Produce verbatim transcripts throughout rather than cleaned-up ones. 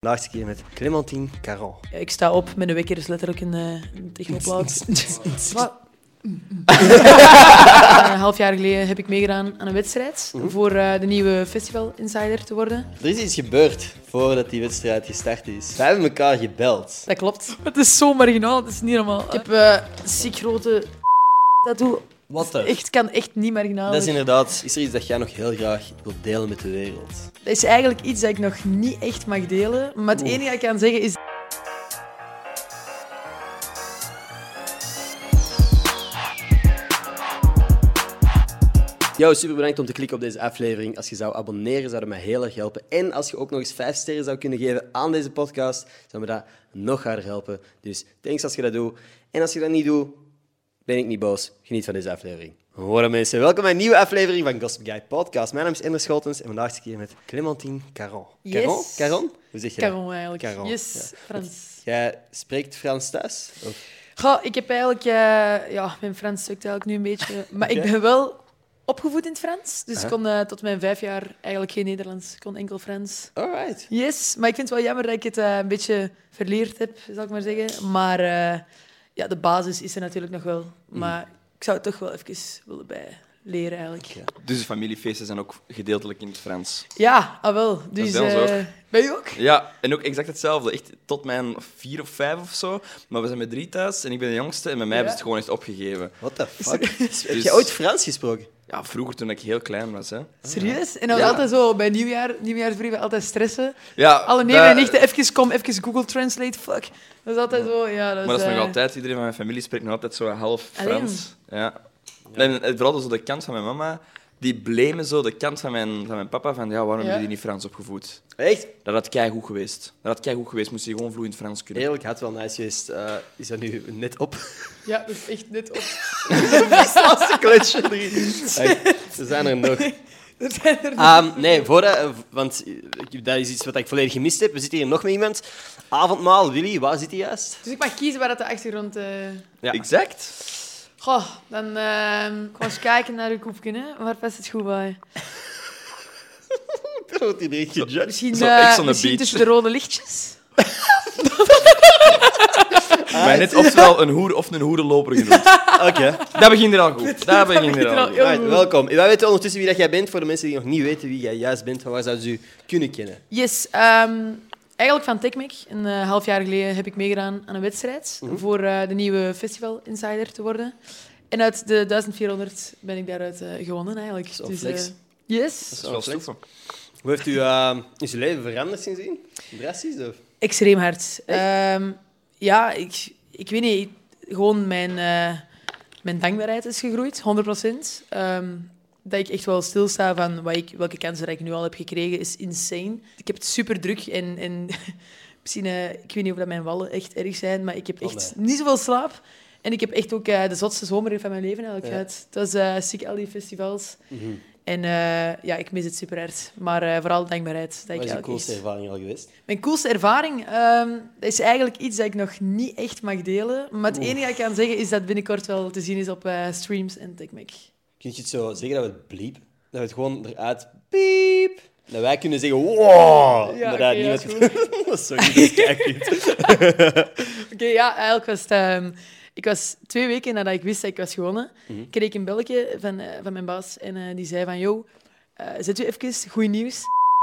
laatste keer met Clémentine Caron. Ja, ik sta op met een wekker, dus letterlijk een, uh, een technoplaat. Een half jaar geleden heb ik meegedaan aan een wedstrijd mm-hmm. voor uh, de nieuwe Festival Insider te worden. Er is iets gebeurd voordat die wedstrijd gestart is. Wij hebben elkaar gebeld. Dat klopt. Het is zo marginaal, het is niet normaal. Ik heb uh, een ziek grote tattoo. Wat dan? Echt, kan echt niet marginaal. Dat is inderdaad... Is er iets dat jij nog heel graag wilt delen met de wereld? Dat is eigenlijk iets dat ik nog niet echt mag delen. Maar het Oeh. enige dat ik kan zeggen is... Yo, super bedankt om te klikken op deze aflevering. Als je zou abonneren, zou dat mij heel erg helpen. En als je ook nog eens vijf sterren zou kunnen geven aan deze podcast, zou me dat nog harder helpen. Dus thanks als je dat doet. En als je dat niet doet, ben ik niet boos. Geniet van deze aflevering. Hoi mensen, welkom bij een nieuwe aflevering van Gossip Guy Podcast. Mijn naam is Ender Scholtens en vandaag een keer met Clémentine Caron. Yes. Caron? Caron? Hoe zeg je Caron dat? eigenlijk. Caron. Yes, ja. Frans. Jij spreekt Frans thuis? Of? Goh, ik heb eigenlijk... Uh, ja, mijn Frans stukt eigenlijk nu een beetje. Maar okay. ik ben wel... opgevoed in het Frans, dus ik kon uh, tot mijn vijf jaar eigenlijk geen Nederlands. Ik kon enkel Frans. Alright. Yes, maar ik vind het wel jammer dat ik het uh, een beetje verleerd heb, zal ik maar zeggen. Maar uh, ja, de basis is er natuurlijk nog wel. Maar mm. ik zou het toch wel even willen bij leren eigenlijk. Ja. Dus de familiefeesten zijn ook gedeeltelijk in het Frans? Ja, ah wel. Dus, dat is bij ons uh, ook. Ben je ook? Ja, en ook exact hetzelfde. Echt tot mijn vier of vijf of zo. Maar we zijn met drie thuis en ik ben de jongste en met mij ja. hebben ze het gewoon echt opgegeven. What the fuck? Dus... Heb je ooit Frans gesproken? Ja, vroeger toen ik heel klein was. Hè. Serieus? En dan ja. altijd zo bij nieuwjaar, nieuwjaarsbrieven altijd stressen. Ja, alle neven en nichten, even kom, even Google Translate, fuck. Dat is altijd zo, ja. Dat maar dat is uh... nog altijd, iedereen van mijn familie spreekt nog altijd zo half Frans. Alleen. Ja. En, en vooral zo de kant van mijn mama, die blamen zo de kant van mijn, van mijn papa van ja, waarom ja. heb je die niet Frans opgevoed? Echt? Dat had keigoed geweest. Dat had keigoed geweest, moest je gewoon vloeiend Frans kunnen. Eerlijk, had wel nice geweest. Uh, is dat nu net op? Ja, dat is echt net op. Het laatste kletsje erin. Er zijn er nog. Er zijn er nog. Um, nee, voordat, uh, want dat is iets wat ik volledig gemist heb. We zitten hier nog met iemand. Avondmaal, Willy, waar zit hij juist? Dus ik mag kiezen waar dat de achtergrond... Uh... Ja. Exact. Goh, dan uh, kom eens kijken naar uw koepje, hè. Waar past het goed bij? Dat wordt hier echt gejudged. Misschien, zo, uh, misschien tussen de rode lichtjes? Maar net oftewel een hoer of een hoerenloper genoemd. Oké. Okay. Dat begint er al goed. Dat begint er al goed. Right, welkom. Wij weten ondertussen wie dat jij bent. Voor de mensen die nog niet weten wie jij juist bent, van waar zouden ze u kunnen kennen? Yes, um, eigenlijk van TechMac. Een uh, half jaar geleden heb ik meegedaan aan een wedstrijd mm-hmm. voor uh, de nieuwe Festival Insider te worden. En uit de duizend vierhonderd ben ik daaruit uh, gewonnen eigenlijk. Dat is wel dus, flex. Uh, yes. Dat is wel stoffen. Hoe heeft u uh, is uw leven veranderd sindsdien? Drastisch? Of? Extreem hard. Um, ja, ik, ik weet niet. Gewoon mijn, uh, mijn dankbaarheid is gegroeid, honderd procent. Um, dat ik echt wel stilsta van wat ik, welke kansen dat ik nu al heb gekregen, is insane. Ik heb het super druk en, en misschien, uh, ik weet niet of dat mijn wallen echt erg zijn, maar ik heb echt oh, nee. niet zoveel slaap. En ik heb echt ook uh, de zotste zomer van mijn leven eigenlijk ja. gehad. Het was uh, sick, al die festivals. Mm-hmm. En uh, ja, ik mis het super hard. Maar uh, vooral dankbaarheid. Dat Wat is ik je coolste echt... ervaring al geweest? Mijn coolste ervaring? Um, dat is eigenlijk iets dat ik nog niet echt mag delen. Maar het Oeh. enige dat ik kan zeggen is dat binnenkort wel te zien is op uh, streams en TechMac. Kun je het zo zeggen dat we het bliep? Dat we het gewoon eruit piep... Dat wij kunnen zeggen, wow! Ja, maar okay, dat ja, niemand... Dat is zo niet kijkend. Oké, okay, ja, eigenlijk was het... Um, ik was twee weken nadat ik wist dat ik was gewonnen, mm-hmm. kreeg ik een belletje van, uh, van mijn baas en uh, die zei van, yo, uh, zet u even, goed nieuws.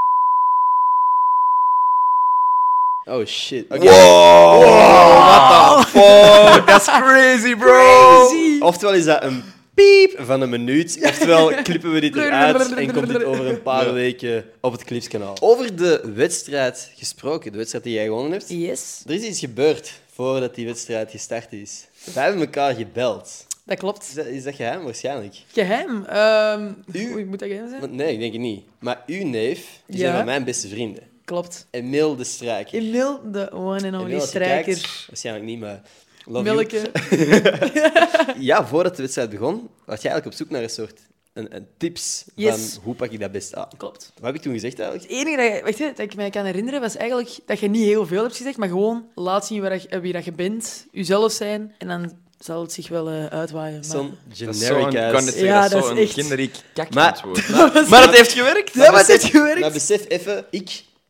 Oh, shit. Okay. Wow! wow. What the fuck? That's crazy, bro! Crazy. Oftewel is dat een piep van een minuut, oftewel klippen we dit eruit en komt dit over een paar weken op het Clipskanaal. Over de wedstrijd gesproken, de wedstrijd die jij gewonnen hebt. Yes. Er is iets gebeurd voordat die wedstrijd gestart is. Wij hebben elkaar gebeld. Dat klopt. Is dat, is dat geheim? Waarschijnlijk. Geheim? Um, U... Oei, moet dat geheim zijn? Nee, ik denk het niet. Maar uw neef is ja. een van mijn beste vrienden. Klopt. Emil de Strijker. Emil, de one and only Strijker. Kijkt, waarschijnlijk niet, maar... Milke. Ja, voordat de wedstrijd begon, was je eigenlijk op zoek naar een soort een, een tips yes. van hoe pak ik dat best aan. Klopt. Wat heb ik toen gezegd eigenlijk? Het enige dat, je, wacht, dat ik mij kan herinneren was eigenlijk dat je niet heel veel hebt gezegd, maar gewoon laat zien waar je, wie dat je bent, jezelf zijn, en dan zal het zich wel uh, uitwaaien. Zo'n generic zo ass. Zeggen, ja, dat is zo'n echt... kinderlijk maar, maar, maar, maar het heeft gewerkt. Ja, maar het heeft gewerkt. Maar besef even, ik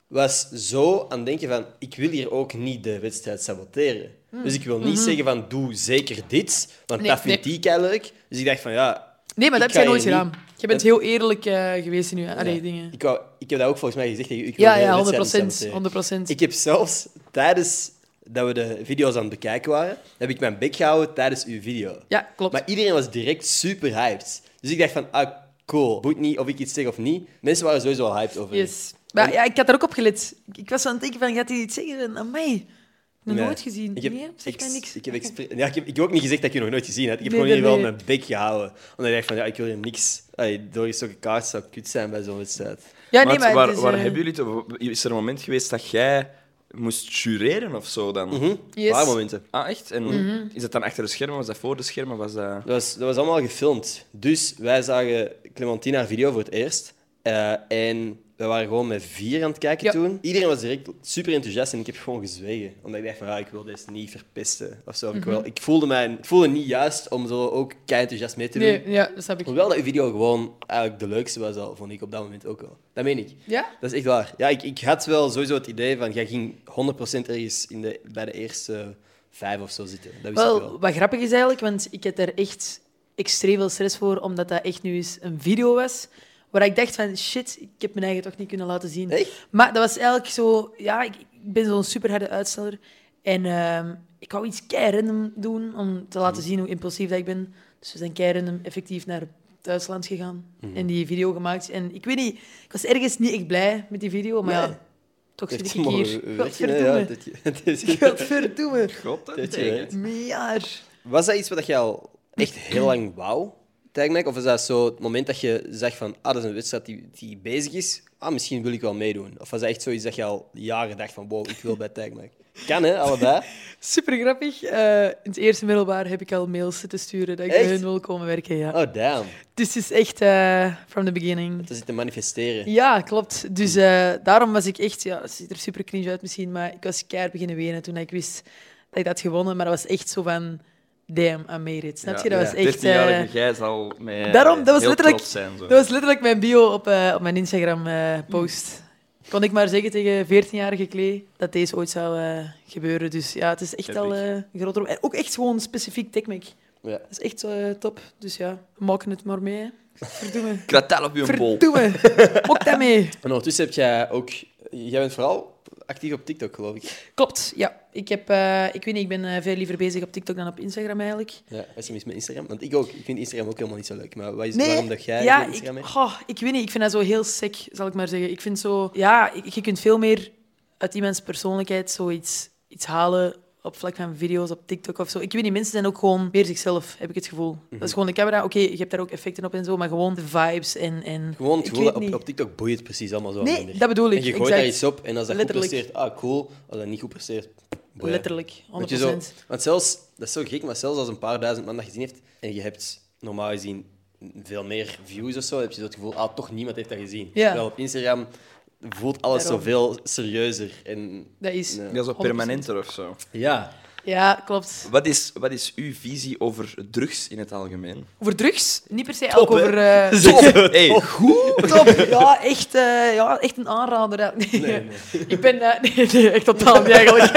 was zo aan het denken van... Ik wil hier ook niet de wedstrijd saboteren. Mm. Dus ik wil niet mm-hmm. zeggen van, doe zeker dit, want Nee, dat vind nee. ik heel leuk. Dus ik dacht van, ja... Nee, maar dat ik heb jij ga nooit hier gedaan. niet- Je bent heel eerlijk uh, geweest in je allee, Ja. dingen. Ik, wou, ik heb dat ook volgens mij gezegd tegen u. Ik wil Ja, de ja, wedstrijd honderd niet procent. saboteren. honderd procent. Ik heb zelfs tijdens dat we de video's aan het bekijken waren, heb ik mijn bek gehouden tijdens uw video. Ja, klopt. Maar iedereen was direct super hyped. Dus ik dacht van, ah, cool. Boeit niet of ik iets zeg of niet. Mensen waren sowieso al hyped over. Yes. Maar ja, ik had er ook op gelet. Ik was aan het denken van, gaat hij iets zeggen? Amai. Nog Nee. nooit gezien. Ik heb, nee, zeg ik, mij niks. Ik heb, expre- ja, ik, heb, ik heb ook niet gezegd dat ik je nog nooit gezien had. Ik heb Nee, gewoon hier nee, wel nee. mijn bek gehouden. Omdat ik dacht van, ja, ik wil hier niks... Allee, doorgestoken kaart zou kut zijn bij zo'n wedstrijd. Ja, nee, Want maar waar het is, waar eh, hebben jullie het over? Is er een moment geweest dat jij moest jureren of zo dan? Mhm. Yes. Een paar momenten. Ah, echt? En Mhm. is dat dan achter de schermen? Was dat voor de schermen? Was dat... Dat was, dat was allemaal gefilmd. Dus wij zagen Clementine haar video voor het eerst. Eh, en we waren gewoon met vier aan het kijken Ja. toen. Iedereen was direct super enthousiast en ik heb gewoon gezwegen. Omdat ik dacht van, ja, ik wil deze niet verpesten. Of zo. Of ik, Mhm. wel, ik, voelde mij, ik voelde niet juist om zo ook kei enthousiast mee te doen. Nee, ja, dat snap ik. Hoewel dat uw video gewoon eigenlijk de leukste was, al, vond ik op dat moment ook wel. Dat meen ik. Ja? Dat is echt waar. Ja, ik, ik had wel sowieso het idee van, jij ging honderd procent ergens in de, bij de eerste vijf of zo zitten. Dat wist ik Wel, wel. wat grappig is eigenlijk, want ik had er echt extreem veel stress voor, omdat dat echt nu eens een video was. Waar ik dacht van, shit, ik heb mijn eigen toch niet kunnen laten zien. Echt? Maar dat was eigenlijk zo... Ja, ik, ik ben zo'n superharde uitsteller. En ehm, ik wou iets kei random doen, om te laten zien hoe impulsief dat ik ben. Dus we zijn kei random effectief naar Duitsland gegaan. Mhm. En die video gemaakt. En ik weet niet, ik was ergens niet echt blij met die video, maar Nee. ja, toch zit Echt ik mooi hier. werken, hè? Ja, Godverdomme. dit- het is- Godverdomme. God, Dit weet. Miljard. Was dat iets wat je al echt heel lang wou, Tagmac? Of is dat zo het moment dat je zag van, ah, dat is een wedstrijd die, die bezig is, ah, misschien wil ik wel meedoen? Of was dat echt zoiets dat je al jaren dacht van, wow, ik wil bij Tagmac? Kan, hè? Allebei. Super grappig. Eh, in het eerste middelbaar heb ik al mails zitten sturen dat ik Echt? bij hun wil komen werken. Ja. Oh, damn. Dus het is echt eh from the beginning. Te zitten manifesteren. Ja, klopt. Dus eh, daarom was ik echt... Ja, het ziet er super cringe uit misschien, maar ik was keihard beginnen wenen toen ik wist dat ik dat had gewonnen. Maar dat was echt zo van... Damn, I made it. Snap je? Dat Ja. was echt... dertienjarige eh, jij zal mij Daarom, dat was heel letterlijk- trots zijn. Zo. dat was letterlijk mijn bio op, eh, op mijn Instagram-post. Kon ik maar zeggen tegen veertienjarige Klee dat deze ooit zou eh, gebeuren. Dus ja, het is echt Epic. al eh, een grote droom. En ook echt gewoon specifiek Tecmac. Ja. Dat is echt eh, top. Dus ja, we maken het maar mee. Hè. Verdomme. Kratel op je bol. Verdomme. Mok dat mee. En ondertussen heb jij ook... Jij bent vooral actief op TikTok, geloof ik. Klopt, ja. Ik, heb, eh, ik weet niet, ik ben eh, veel liever bezig op TikTok dan op Instagram eigenlijk. Ja, is er mis met Instagram? Want ik ook. Ik vind Instagram ook helemaal niet zo leuk. Maar wat is Nee, waarom dat jij ja, geen Instagram ik, hebt? goh, ik weet niet, ik vind dat zo heel sec, zal ik maar zeggen. Ik vind zo... Ja, ik- je kunt veel meer uit iemands persoonlijkheid zoiets iets halen op vlak van video's op TikTok of zo. Ik weet niet, mensen zijn ook gewoon meer zichzelf, heb ik het gevoel. Dat is gewoon de camera. Oké, je hebt daar ook effecten op en zo, maar gewoon de vibes en... en Gewoon het ik gevoel weet dat op, niet. op TikTok boeit het precies allemaal zo Nee, minder. dat bedoel ik. En je gooit exact. daar iets op en als dat Letterlijk. goed presteert, ah, cool. Als dat niet goed presteert, boeien. Letterlijk, Weet honderd je zo, procent. want zelfs, dat is zo gek, maar zelfs als een paar duizend man dat gezien heeft en je hebt normaal gezien veel meer views of zo, heb je zo het gevoel, ah, toch niemand heeft dat gezien. Ja. Terwijl op Instagram voelt alles Daarom. zoveel serieuzer. En, Dat is... Ja. Ja, zo honderd procent. permanenter of zo. ja. Ja, klopt. Wat is, wat is uw visie over drugs in het algemeen? Over drugs? Niet per se Top, ook over... hè? eh, Top! Hey, goed! Top, ja, echt, eh, ja, echt een aanrader. Ja. Nee, Nee, Ik ben... eh, nee, nee, echt totaal niet eigenlijk.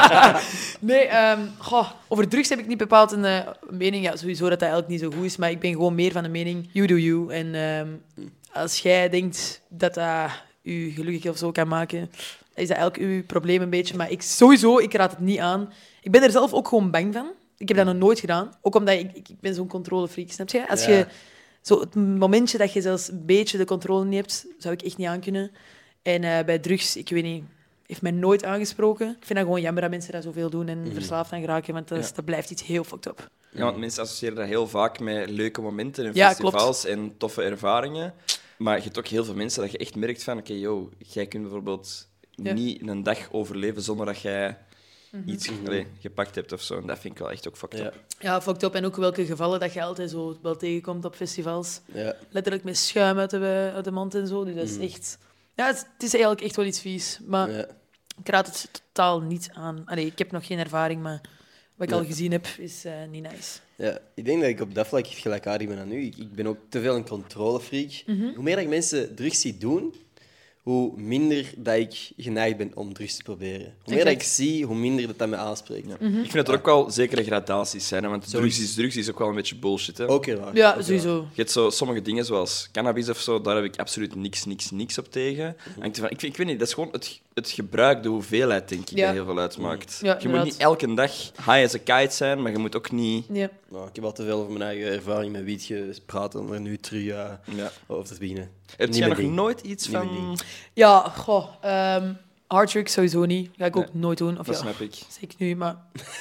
nee, ehm, goh, over drugs heb ik niet bepaald een, eh, mening. Ja, sowieso dat dat eigenlijk niet zo goed is, maar ik ben gewoon meer van de mening, you do you. En ehm, als jij denkt dat dat u gelukkig of zo kan maken, is dat eigenlijk uw probleem een beetje. Maar ik sowieso, ik raad het niet aan. Ik ben er zelf ook gewoon bang van. Ik heb dat nog nooit gedaan. Ook omdat ik, ik, ik ben zo'n controlefreak, snap je? Als Ja. je... Zo, het momentje dat je zelfs een beetje de controle niet hebt, zou ik echt niet aankunnen. En eh, bij drugs, ik weet niet, heeft mij nooit aangesproken. Ik vind dat gewoon jammer dat mensen dat zoveel doen en verslaafd aan geraken, want dat, is- Ja. dat blijft iets heel fucked up. Ja, want mensen associëren dat heel vaak met leuke momenten en Ja, festivals en toffe ervaringen. Maar je hebt ook heel veel mensen dat je echt merkt van, oké, yo, jij kunt bijvoorbeeld Ja. niet een dag overleven zonder dat jij Mhm. iets allee, gepakt hebt of zo. En dat vind ik wel echt ook fucked Ja. up. Ja, fucked up. En ook welke gevallen dat je altijd zo wel tegenkomt op festivals. Ja. Letterlijk met schuim uit de, uit de mond en zo. Dus dat is echt... Ja, het, het is eigenlijk echt wel iets vies. Maar Ja. ik raad het totaal niet aan. Allee, ik heb nog geen ervaring, maar wat ik Ja. al gezien heb, is eh, niet nice. Ja, ik denk dat ik op dat vlak gelijkaardig ben aan u. Ik, ik ben ook te veel een controlefreak. Mhm. Hoe meer dat ik mensen drugs zie doen, hoe minder dat ik geneigd ben om drugs te proberen. Hoe meer Exact. dat ik zie, hoe minder dat, dat me aanspreekt. Ja. Ik vind dat er ook wel zekere gradaties zijn, hè, want drugs is drugs is ook wel een beetje bullshit. Hè. Ook heel waar. Ja, Ook heel sowieso. Je hebt zo sommige dingen zoals cannabis of zo, daar heb ik absoluut niks, niks, niks op tegen. Hangt ervan, ik, vind, ik weet niet, dat is gewoon het, het gebruik, de hoeverheid, denk ik, Ja. dat heel veel uitmaakt. Ja, je moet inderdaad. niet elke dag high as a kite zijn, maar je moet ook niet... Ja. Nou, ik heb al te veel over mijn eigen ervaring met wiet gepraat om er nu terug uh, Ja. over te beginnen. Heb Niet jij mijn nog ding. nooit iets Niet mijn van... ding. Ja, goh. ehm hard drugs sowieso niet. Ga ik ook Nee, nooit doen. Of Dat ja, snap ik. zeker nu, maar...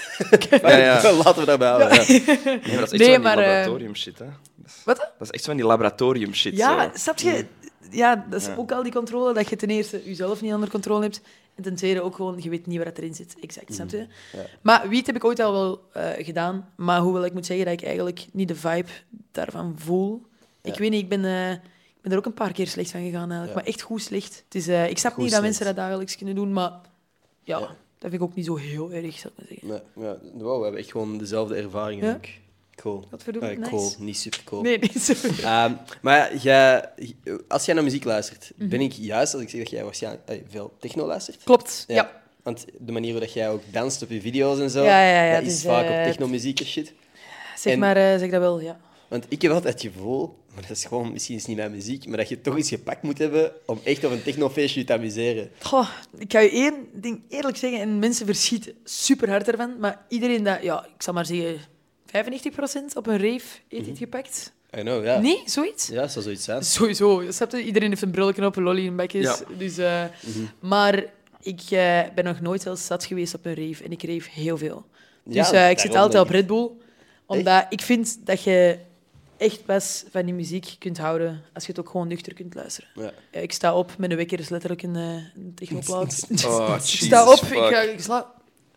Ja, ja. Laten we daarbij houden. Ja. Nee, maar dat is echt Nee, zo van maar, die eh, laboratorium shit, hè. Dat is, Wat? dat is echt zo van die laboratorium shit. Ja, zo. snap je? Ja, dat is Ja. ook al die controle, dat je ten eerste jezelf niet onder controle hebt. En ten tweede ook gewoon, je weet niet wat erin zit. Exact, snap je? Ja. Maar wiet heb ik ooit al wel eh, gedaan. Maar hoewel ik moet zeggen dat ik eigenlijk niet de vibe daarvan voel. Ik Ja. weet niet, ik ben, eh, ik ben er ook een paar keer slecht van gegaan eigenlijk. Ja. Maar echt goed slecht. Het is, eh, ik snap Goed niet dat slecht. mensen dat dagelijks kunnen doen, maar ja, Ja. dat vind ik ook niet zo heel erg, zou ik maar zeggen. Nee, ja, wow, we hebben echt gewoon dezelfde ervaringen. Ja? Ook. Cool. Wat verdomme, Eh, nice. cool, niet super cool. Nee, niet zo. Ehm, maar jij, als jij naar muziek luistert, Mhm. ben ik juist als ik zeg dat jij waarschijnlijk eh, veel techno luistert? Klopt, ja. Want de manier waarop jij ook danst op je video's en zo, Ja, ja, ja, dat is dus, vaak eh, op technomuziek en shit. Zeg En- maar, eh, zeg dat wel, ja. Want ik heb altijd het gevoel, maar dat is gewoon, misschien is het niet mijn muziek, maar dat je toch iets gepakt moet hebben om echt op een technofeestje je te amuseren. Goh, ik ga je één ding eerlijk zeggen, en mensen verschieten super hard ervan, maar iedereen dat, ja, ik zal maar zeggen, vijfennegentig procent op een rave heeft het gepakt. I know, ja. Nee, zoiets? Ja, dat zou zoiets zijn. Sowieso. Snap je? Iedereen heeft een brilletje op, een lolly in bekjes. Ja. Dus, eh, Maar ik eh, ben nog nooit zelfs zat geweest op een rave en ik rave heel veel. Dus Ja, eh, ik zit daarom altijd op denk ik. Red Bull, omdat ik vind dat je echt pas van die muziek kunt houden als je het ook gewoon nuchter kunt luisteren. Ja. Ja, ik sta op, mijn wekker is letterlijk een, eh, een technoplaat. Oh, ik Jesus sta op, ik, fuck. ga, ik sla...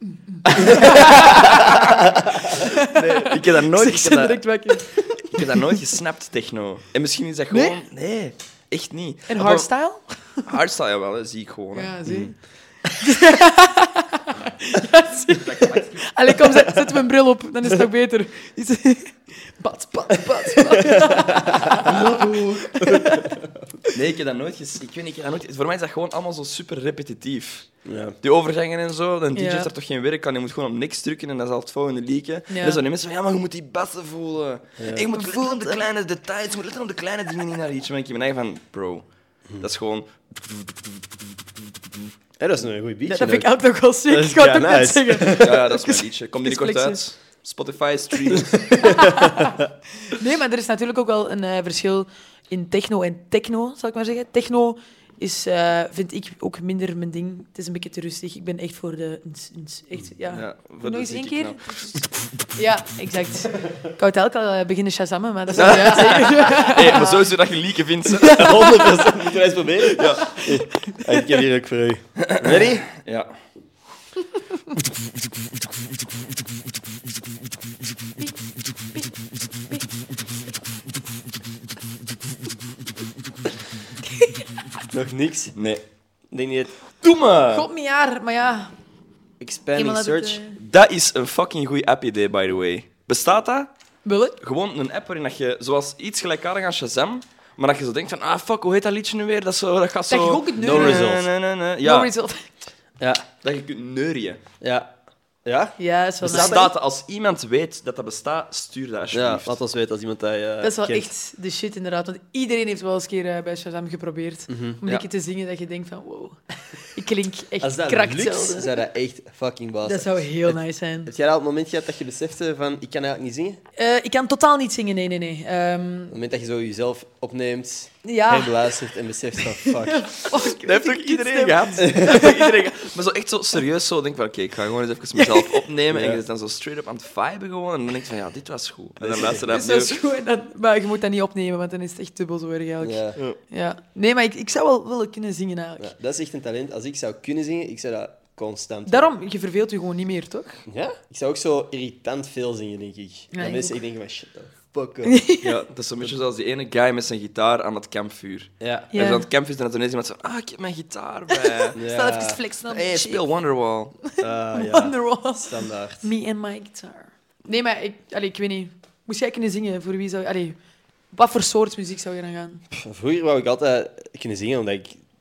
Nee, ik heb dat nooit... ik Ik ben heb dat, direct wakker. ik heb dat nooit gesnapt, techno. En misschien is dat Nee? gewoon... Nee, echt niet. En Op een- hardstyle? Hardstyle, jawel, hè, zie ik gewoon. hè. Ja, zie. Mm. Ja, zie. Allee, kom, zet, zet mijn bril op, dan is het nog beter. Bad, bad, bad, bad. Nee, ik heb dat nooit ges... Ik weet niet, ik heb dat nooit... Voor mij is dat gewoon allemaal zo super repetitief. Ja. Die overgangen en zo, een D J Ja. heeft er toch geen werk aan. Je moet gewoon op niks drukken en dat is al het volgende liedje. Ja. En dan zijn die mensen van, ja, maar je moet die bassen voelen. Ja. En je moet letten op de kleine details, je moet letten op de kleine dingen in naar iets. Maar ik heb mijn eigen van, bro, dat is gewoon... Hey, dat is een goed beatje. Dat vind ik ook. ook nog wel sick. Dat is Ik wou het ook net nice. zeggen. Ja, ja, dat is mijn liedje. Komt binnenkort Flexen. uit. Spotify, stream. Nee, maar er is natuurlijk ook wel een eh, verschil in techno en techno, zal ik maar zeggen. Techno is, eh, vind ik, ook minder mijn ding. Het is een beetje te rustig. Ik ben echt voor de... Echt, ja. Ja, voor Nog de eens één zieke keer? knap. Ja, exact. Ik wou het elke al eh, beginnen shazammen, maar dat is niet uit. Hey, maar zo is het dat je lieken vindt. honderd procent. Moeten we eens proberen? Ja. Ik heb hier ook voor u. Ready? Ja. Nog niks. Nee. Denk je het? Doe maar! God, mijn jaar, maar ja. Expanding Eenmaal dat het, search. eh, Dat is een fucking goeie app-idee, by the way. Bestaat dat? wil ik? Gewoon een app waarin dat je, zoals iets gelijkaardig aan Shazam, maar dat je zo denkt van, ah fuck, hoe heet dat liedje nu weer? Dat, is zo, dat gaat zo... Dat je ook het No neuren. result. Nee, nee, nee. Ja, No result. Ja. dat je kunt neurien. Ja. Ja? Ja, dat is wel Bestaat nice. dat? Als iemand weet dat dat bestaat, stuur dat Ja, alsjeblieft. laat ons weten als iemand dat uh, Dat is wel echt de shit, inderdaad. Want iedereen heeft wel eens een keer eh, bij Shazam geprobeerd om een Ja. beetje te zingen dat je denkt van wow, ik klink echt Als dat krakt lukt, zelden. zou dat echt fucking baas Dat zijn. zou heel nice zijn. Heb jij al het moment gehad dat je besefte van, ik kan eigenlijk niet zingen? Eh, ik kan totaal niet zingen, nee, nee, nee. Ehm, Het moment dat je zo jezelf opneemt, ja. herbeluistert en beseft van, fuck. Oh, Dat heeft toch iedereen stem. gehad? Dat heeft toch iedereen gehad? Maar zo echt zo serieus zo, denk van, oké, ik ga gewoon eens even mezelf opnemen. Ja. En je zit dan zo straight up aan het viben gewoon. En dan denk je van, ja, dit was goed. En dan luister je Dus dat dat is opnieuw. goed. En dan- maar je moet dat niet opnemen, want dan is het echt dubbel zo erg eigenlijk. Ja. Ja. Nee, maar ik, ik zou wel willen kunnen zingen eigenlijk. Ja, dat is echt een talent. Als ik zou kunnen zingen, ik zou dat constant Daarom, je verveelt je gewoon niet meer, toch? doen. Ja? Ik zou ook zo irritant veel zingen, denk ik. Ja, dat ik mensen ook. echt denken van, shit the fuck up. Ja, dat is zo'n beetje zoals die ene guy met zijn gitaar aan het kampvuur. Ja. Ja. En aan het campvuur is dan ineens iemand zo, ah, ik heb mijn gitaar bij. Ja. Stel even flexen op Hey, de speel Wonderwall. Ah, ja. Wonderwall. Standaard. Me and my guitar. Nee, maar ik, allee, ik weet niet. Moest jij kunnen zingen? Voor wie zou je... Allee, wat voor soort muziek zou je dan gaan? Vroeger wou ik altijd kunnen zingen, omdat ik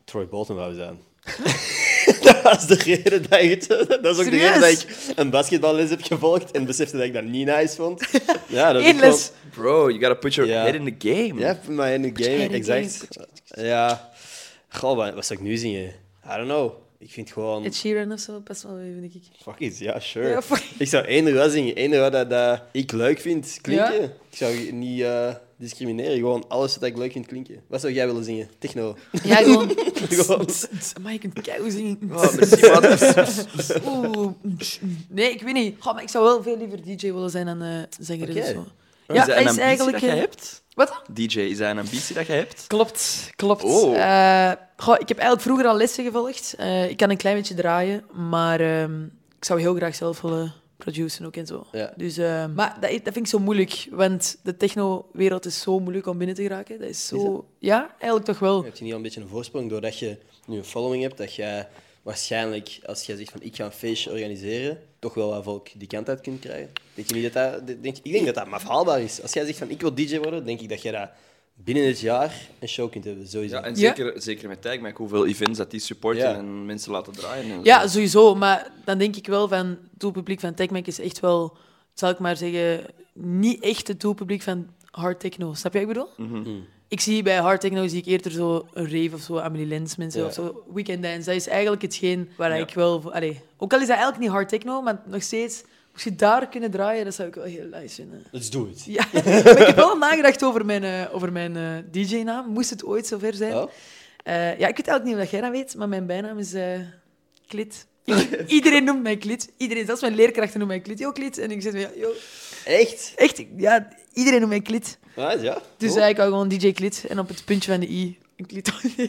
Troy Bolton wou zijn. Dat was de reden dat ik het... Dat was ook Serieus? de reden dat ik een basketballes heb gevolgd en besefte dat ik dat niet nice vond. Ja, dat is Eén les. Bro, you gotta put your Ja. head in the game. Ja, put my in the game, head in the exact. Ja. Goh, wat, wat zou ik nu zingen? I don't know. Ik vind gewoon... Ed Sheeran of zo, best wel even, denk ik. Fuck it, ja, sure. Ja, fuck. Ik zou één wat zingen. Één wat dat, dat ik leuk vind klinken. Ja? Ik zou niet uh, discrimineren. Gewoon alles wat ik leuk vind klinken. Wat zou jij willen zingen? Techno. Ja, gewoon... Gewoon. Maar je kunt keigoed zingen. Oh, merci, man. Oeh. Nee, ik weet niet. Goh, maar ik zou wel veel liever D J willen zijn dan uh, zanger. Oké. Dus zo. Is Ja, dat hij een is ambitie eigenlijk... dat jij eh, hebt? Wat? D J, is dat een ambitie dat jij hebt? Klopt, klopt. Oh. Eh, goh, ik heb eigenlijk vroeger al lessen gevolgd. Eh, ik kan een klein beetje draaien, maar ehm, ik zou heel graag zelf willen produceren ook en zo. Ja. Dus, eh, maar dat, dat vind ik zo moeilijk, want de techno-wereld is zo moeilijk om binnen te geraken. Dat is zo... Is dat? Ja, eigenlijk toch wel. Heb je niet al een beetje een voorsprong doordat je nu een following hebt, dat jij waarschijnlijk, als jij zegt van ik ga een feestje organiseren, toch wel wat volk die kant uit kunt krijgen? Denk je niet dat dat... Denk, ik denk dat dat maar haalbaar is. Als jij zegt van ik wil D J worden, denk ik dat jij dat binnen het jaar een show kunt hebben, sowieso. Ja, en Ja. zeker, zeker met Tagmac, hoeveel events dat die supporten Ja. en mensen laten draaien. En Ja, zo. sowieso. Maar dan denk ik wel van... Het doelpubliek van Tagmac is echt wel... Zal ik maar zeggen... Niet echt het doelpubliek van hard techno. Snap je wat ik bedoel? Mhm. Mm. Ik zie bij hard techno zie ik eerder zo een rave of zo, Amelie Lens mensen Ja. of zo, weekend dance. Dat is eigenlijk hetgeen waar Ja. ik wel... voor- Allee, ook al is dat eigenlijk niet hard techno, maar nog steeds... Moest je daar kunnen draaien, dat zou ik wel heel nice vinden. Let's do it. Ja, maar ik heb wel nagedacht over mijn, eh, over mijn eh, D J-naam. Moest het ooit zover zijn. Oh? Eh, ja, ik weet eigenlijk niet of jij dat weet, maar mijn bijnaam is eh, Klit. Iedereen noemt mij Klit. Iedereen, zelfs mijn leerkrachten noemen mij Klit. Yo, Klit. En ik zeg van, ja, yo. Echt? Echt, ja, iedereen noemt mij Klit. Nice, ja. Dus Cool. uh, ik hou gewoon D J Klit en op het puntje van de i een Klit. Ik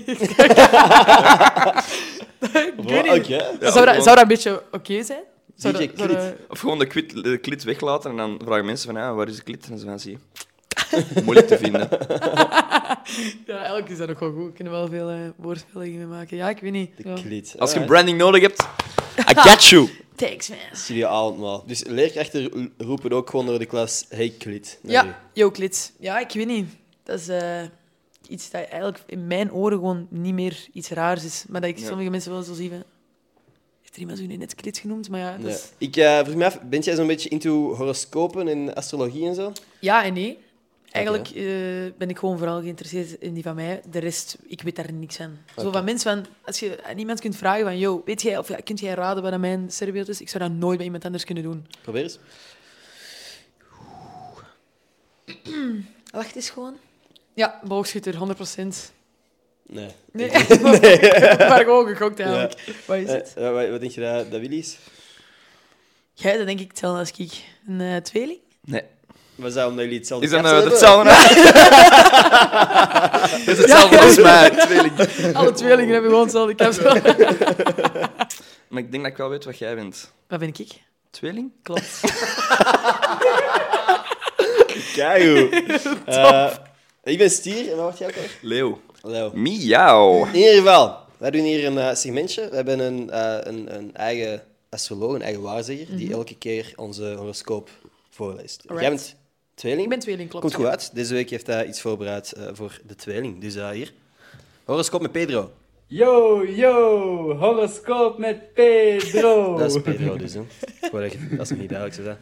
weet Wow, niet. oké. Ja, zou, dat, gewoon- zou dat een beetje oké zijn? Zou D J dat- zou Klit. dat- Of gewoon de, kwit, de klit weglaten en dan vragen mensen van ja, waar is de klit? En ze van, zie je. Moeilijk te vinden. Ja, eigenlijk is dat ook wel goed. We kunnen wel veel uh, woordspelingen mee maken. Ja, ik weet niet. De Ja. klit. Als je Alright. branding nodig hebt, I got you. Thanks, man. Studio avondmaal. Dus leerkrachten roepen ook gewoon door de klas, hey klit. naar u. Ja, yo, Klit. Ja, ik weet niet. Dat is uh, iets dat eigenlijk in mijn oren gewoon niet meer iets raars is. Maar dat ik Ja. sommige mensen wel zo zie van... Heeft er iemand zo nu net Klit genoemd? Maar ja, dat Nee. is... Ik uh, vroeg me af, bent jij zo'n beetje into horoscopen en astrologie en zo? Ja en nee. Eigenlijk eh, ben ik gewoon vooral geïnteresseerd in die van mij. De rest, ik weet daar niks van. Zo Oké. van mensen van... Als je aan iemand kunt vragen van... Yo, weet jij, of ja, kunt jij raden wat mijn sterrenbeeld is? Ik zou dat nooit bij iemand anders kunnen doen. Probeer eens. Wacht eens gewoon. Ja, boogschutter, honderd procent. Nee. Nee, maar gewoon gegokt eigenlijk. Wat is Eh, het? eh, wat, wat denk je dat, dat Willy is? Jij, dat denk ik hetzelfde als ik. Een eh, tweeling? Nee. Was dat omdat jullie hetzelfde Is dat kapsel nou hebben? hetzelfde? Dat is hetzelfde als mij, tweeling. Alle tweelingen hebben gewoon hetzelfde kapsel. Maar ik denk dat ik wel weet wat jij bent. Wat ben ik? Tweeling? Klopt. Keigoed. Uh, ik ben Stier en wat word jij ook al? Leeuw. Hallo. Miauw. In ieder geval, wij doen hier een uh, segmentje. We hebben een, uh, een, een eigen astroloog, een eigen waarzegger, die elke keer onze horoscoop voorleest. Alright. Jij bent tweeling? Ik ben tweeling, klopt. Komt goed uit. Deze week heeft hij iets voorbereid uh, voor de tweeling. Dus uh, hier. Horoscoop met Pedro. Yo, yo, horoscoop met Pedro. Dat is Pedro dus, hè. Gewoon dat je- dat is niet duidelijk, zo dat.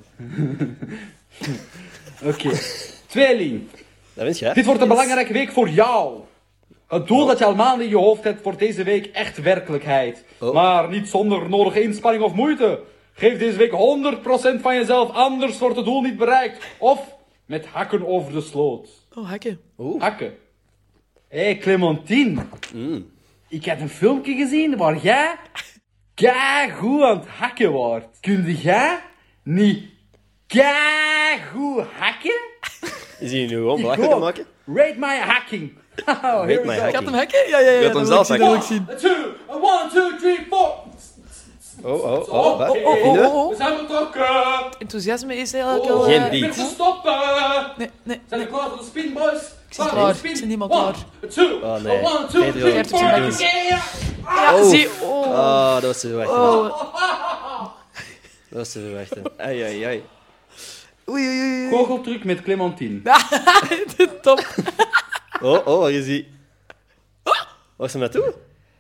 Oké. Tweeling, Dat wint jij. dit wordt een belangrijke week voor jou. Het doel dat je al maanden in je hoofd hebt, wordt deze week echt werkelijkheid. Oh. Maar niet zonder nodige inspanning of moeite. Geef deze week honderd procent van jezelf, anders wordt het doel niet bereikt. Of met hakken over de sloot. Oh, hakken. Oeh. Hakken. Hé, hey, Clementine. Mm. Ik heb een filmpje gezien waar jij keigoed aan het hakken wordt. Kun jij niet keigoed hakken? Is hij nu gewoon Ik belachelijk aan ook. het maken? Rate my hacking. Oh, Rate here we my go. hacking. Gaat hem hakken? Ja, ja, ja. Gaat dat hem wil ik zelf zien, hakken. dat wil ik zien. A two, a one, two, three, four. Oh, oh, oh. Wat? Oh, Oh, Vinden oh, we? oh, We oh. zijn vertrokken. Enthousiasme is eigenlijk Oh, al... Geen eh, beat. Mensen stoppen. Nee, nee. Zijn we klaar voor de spin, boys? Ik ben klaar. Ik ben helemaal klaar. A two, Oh, nee. a one, two, Pedro. three, Gert, four. op zijn bakjes. Yeah. Ja, Oh. zie. Oh. Oh, dat was te verwachten. Oh. Dat was te verwachten. Ai, ai, ai. Oei, oei, oei. Goocheltruc met Clementine. Top. Oh, oh, waar is hij? Waar is hij naartoe?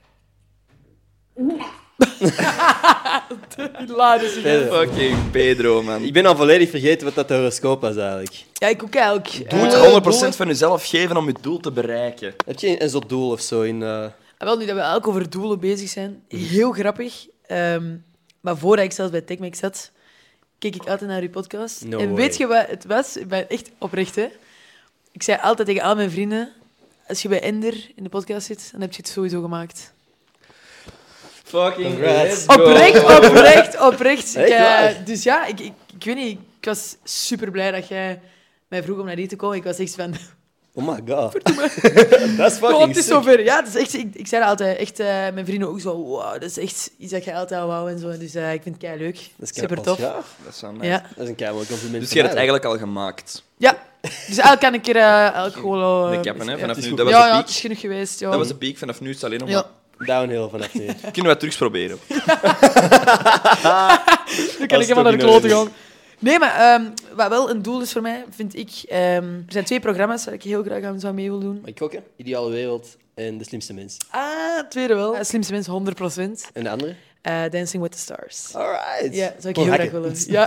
Hilarisch. Pedro. Fucking Pedro, man. Ik ben al volledig vergeten wat dat horoscoop was eigenlijk. Ja, ik ook eigenlijk. Je Eh, moet honderd procent van jezelf geven om je doel te bereiken. Heb je een soort doel of zo in... Uh... Ah, wel, nu dat we eigenlijk over doelen bezig zijn, heel grappig. Um, maar voordat ik zelfs bij TechMac zat, keek ik altijd naar uw podcast. No en way. weet je wat het was? Ik ben echt oprecht, hè. Ik zei altijd tegen al mijn vrienden, als je bij Ender in de podcast zit, dan heb je het sowieso gemaakt. Fucking Congrats. let's go. Oprecht, oprecht, oprecht. Ik, Echt eh, waar? dus ja, ik, ik, ik weet niet, ik was super blij dat jij mij vroeg om naar hier te komen. Ik was echt van... Oh my god. Dat is Oh, fucking het is sick. zover. Ja, het is echt, ik, ik zei dat altijd, echt, uh, mijn vrienden ook zo, wow, dat is echt iets dat je altijd al wou en zo. Dus uh, ik vind het kei leuk. Dat is Super kei- tof. Ja, Dat is wel nice. Ja. dat is een keimooi compliment. Dus van je hebt het mij. eigenlijk al gemaakt. ja, dus eigenlijk kan ik er uh, elk gewoon... De uh, cappen, hè. ja. Vanaf het is nu. goed. Dat was Ja, de ja, piek. het is genoeg geweest. Ja. Dat was de piek. Vanaf nu is het alleen nog Ja. maar... Downhill vanaf nu. Kunnen we het terug proberen? Dan kan Als ik helemaal naar de het ook kloten in orde gaan. Nee, maar um, wat wel een doel is voor mij, vind ik... Um, er zijn twee programma's waar ik heel graag aan zou mee wil doen. Mag ik gokken? Ideale wereld en de slimste mens. Ah, het tweede wel. Uh, slimste mensen, honderd procent. En de andere? Uh, Dancing with the Stars. Alright. Ja, zou ik Gewoon heel graag hakken. willen. Ja,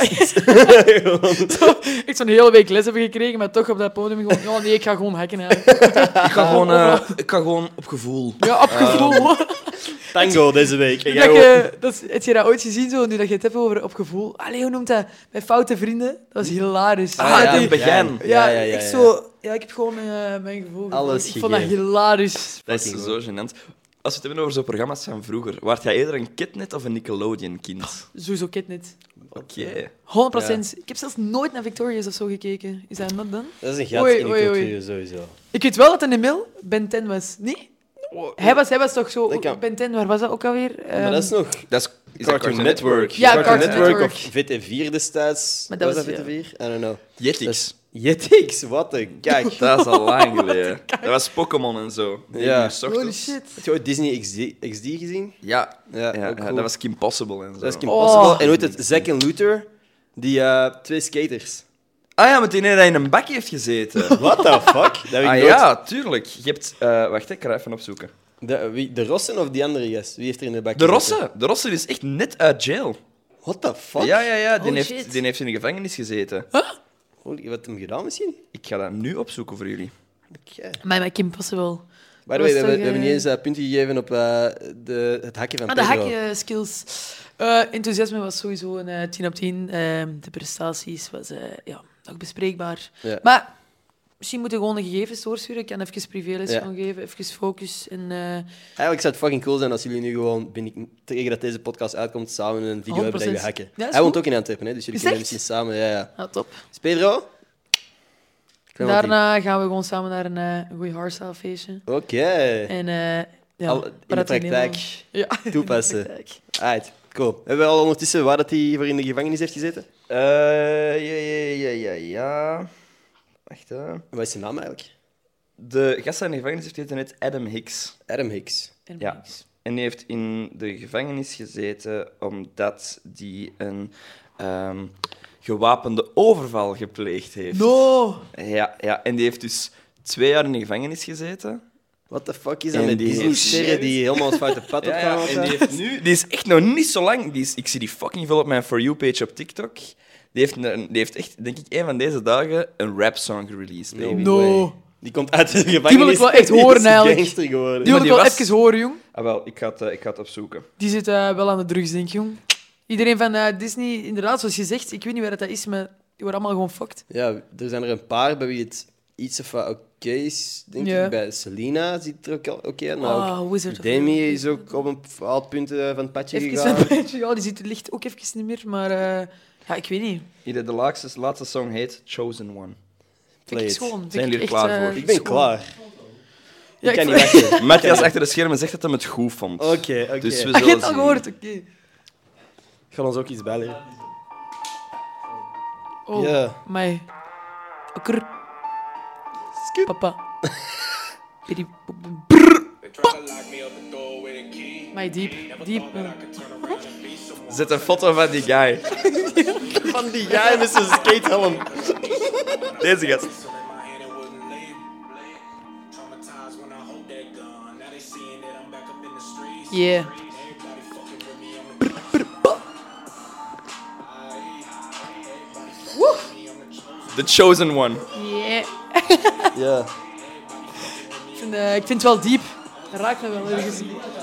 zo, ik zo'n hele week les hebben gekregen, maar toch op dat podium gewoon... Ja, nee, ik ga gewoon hacken eigenlijk. Ik ga gewoon, uh, ik ga gewoon op gevoel. Ja, op gevoel. Tango deze week. En Nu jij dat ook. je, dat is, heb je dat ooit gezien, zo, nu dat je het hebt over op gevoel? Allee, hoe noemt dat? Bij foute vrienden? Dat was hilarisch. Ah, ja, die- het begin. ja, Ja, ja, ja, ik ja. zo... Ja, ik heb gewoon mijn, mijn gevoel. Alles Ik vond dat gegeven. hilarisch. Dat is zo gênant. Als we het hebben over zo'n programma's van vroeger, waart jij eerder een Kidnet of een Nickelodeon-kind? Sowieso Kidnet. Oké. honderd procent. Ik heb zelfs nooit naar Victorious of zo gekeken. Is dat not dan? Dat is een gat Oei, in de oei, oei. cultuur, sowieso. Ik weet wel dat een Emil Ben ten was. Nee? Hij was, hij was toch zo... Dat kan. Ben ten, waar was dat ook alweer? Maar dat is nog Dat is, is dat Cartoon Network. Ja, Cartoon Cartoon Network Network. of V T vier destijds. Maar dat was was- dat V T vier? I don't know. Jetix. Jetix, wat een kijk. Dat is al lang geleden. Dat was Pokémon en zo. Ja. Ja. Uur 's Holy ochtends. shit. Heb je ooit Disney X D, X D gezien? Ja, Ja, ja, ook ja, cool. dat was Kim Possible en zo. Dat is Kim Oh. Possible. En hoe heet het? Zack en Luther, die uh, twee skaters. Ah ja, met die ene die in een bakje heeft gezeten. What the fuck? Dat heb ik Ah nooit... ja, tuurlijk. Je hebt... eh, wacht, ik ga er even opzoeken. De, wie, de Rossen of die andere gast? Wie heeft er in de bak De gezeten? Rosse. De Rosse is echt net uit jail. What the fuck? Ja, ja, ja. Die Oh, heeft, shit. die heeft in de gevangenis gezeten. Holy, wat heeft hem gedaan misschien? Ik ga dat nu opzoeken voor jullie. Okay. Maar met Kim Possible. By the way, Was we, hebben- toch, we hebben eh, niet eens uh, punten gegeven op uh, de, het hakje van Ah, de Pedro. hakje-skills. Uh, enthousiasme was sowieso een uh, tien op tien. Uh, de prestaties was uh, ja, nog bespreekbaar. Ja. Maar misschien moeten we gewoon de gegevens doorsturen. Ik kan even privéles Ja. gaan geven, even focus. En, uh, Eigenlijk zou het fucking cool zijn als jullie nu gewoon, ben ik, tegen dat deze podcast uitkomt, samen een video hebben dat we honderd procent. hacken. Ja, is Hij woont goed. ook in Antwerpen, hè, dus jullie Is kunnen echt? misschien samen... Ja, ja. ah, top. Dus Pedro? Klein wat Daarna gaan we gewoon samen naar een, uh, een goeie hardstyle feestje. die- Oké. En uh, ja, Al in de waar dat die praktijk helemaal- Ja, toepassen. in de praktijk. Alright, cool. Hebben we al ondertussen waar dat hij voor in de gevangenis heeft gezeten? Eh, ja, ja, ja, ja, ja. Wacht, hè. Wat is zijn naam eigenlijk? De gast die in de gevangenis heeft gezeten heet Adam Hicks. Adam Hicks. En Ja. niks. En die heeft in de gevangenis gezeten omdat die een ehm, gewapende overval gepleegd heeft. No! Ja, ja, en die heeft dus twee jaar in de gevangenis gezeten. What the fuck is dat En met die- Disney-sterren die helemaal het foute pad op Ja, gaan? ja, en die, heeft nu, die is echt nog niet zo lang. Die is, ik zie die fucking veel op mijn For You-page op TikTok. Die heeft, een, die heeft echt, denk ik, een van deze dagen een rap-song gereleased. No baby. No. way. Die komt uit de gevangenis. Die wil ik wel echt Die is horen, eigenlijk. gangster geworden. Die wil Maar ik wel die was- even horen, jong. Ah, wel, ik ga het, eh, ik ga het opzoeken. Die zit uh, wel aan de drugs, denk ik, jong. Iedereen van uh, Disney, inderdaad, zoals je zegt, ik weet niet waar dat is, maar die worden allemaal gewoon fucked. Ja, er zijn er een paar bij wie het iets of wat oké is, denk Ja. ik. Bij Selena ziet het er ook al oké uit. Nou, Ah, ook Wizard of Demi the- is ook op een bepaald punt eh, van het padje Even gegaan. een beetje, ja, die ziet het licht ook even niet meer, maar uh, ja, ik weet niet. Hier, de laatste, laatste song heet Chosen One. Vind Play ik it. schoon. Vind Zijn ik jullie er echt, klaar uh, voor? Ik ben schoon. klaar. Ja, ik kan ik niet wachten. Matthias achter de schermen zegt dat hij het goed vond. Oké, oké. Dus we Ah, je zullen hebt het al zien. gehoord, oké. Ik ga ons ook iets bijleren. Oh, Ja. mij. Okker. Skip. Papa. Pidi- Mij diep. Diep. uh, Zet een foto van die guy. Van die guy met zijn skatehelm. Deze gast. Yeah. The chosen one. Yeah. Ja. Ik vind, uh, ik vind het wel diep. Dat raakt me wel ergens.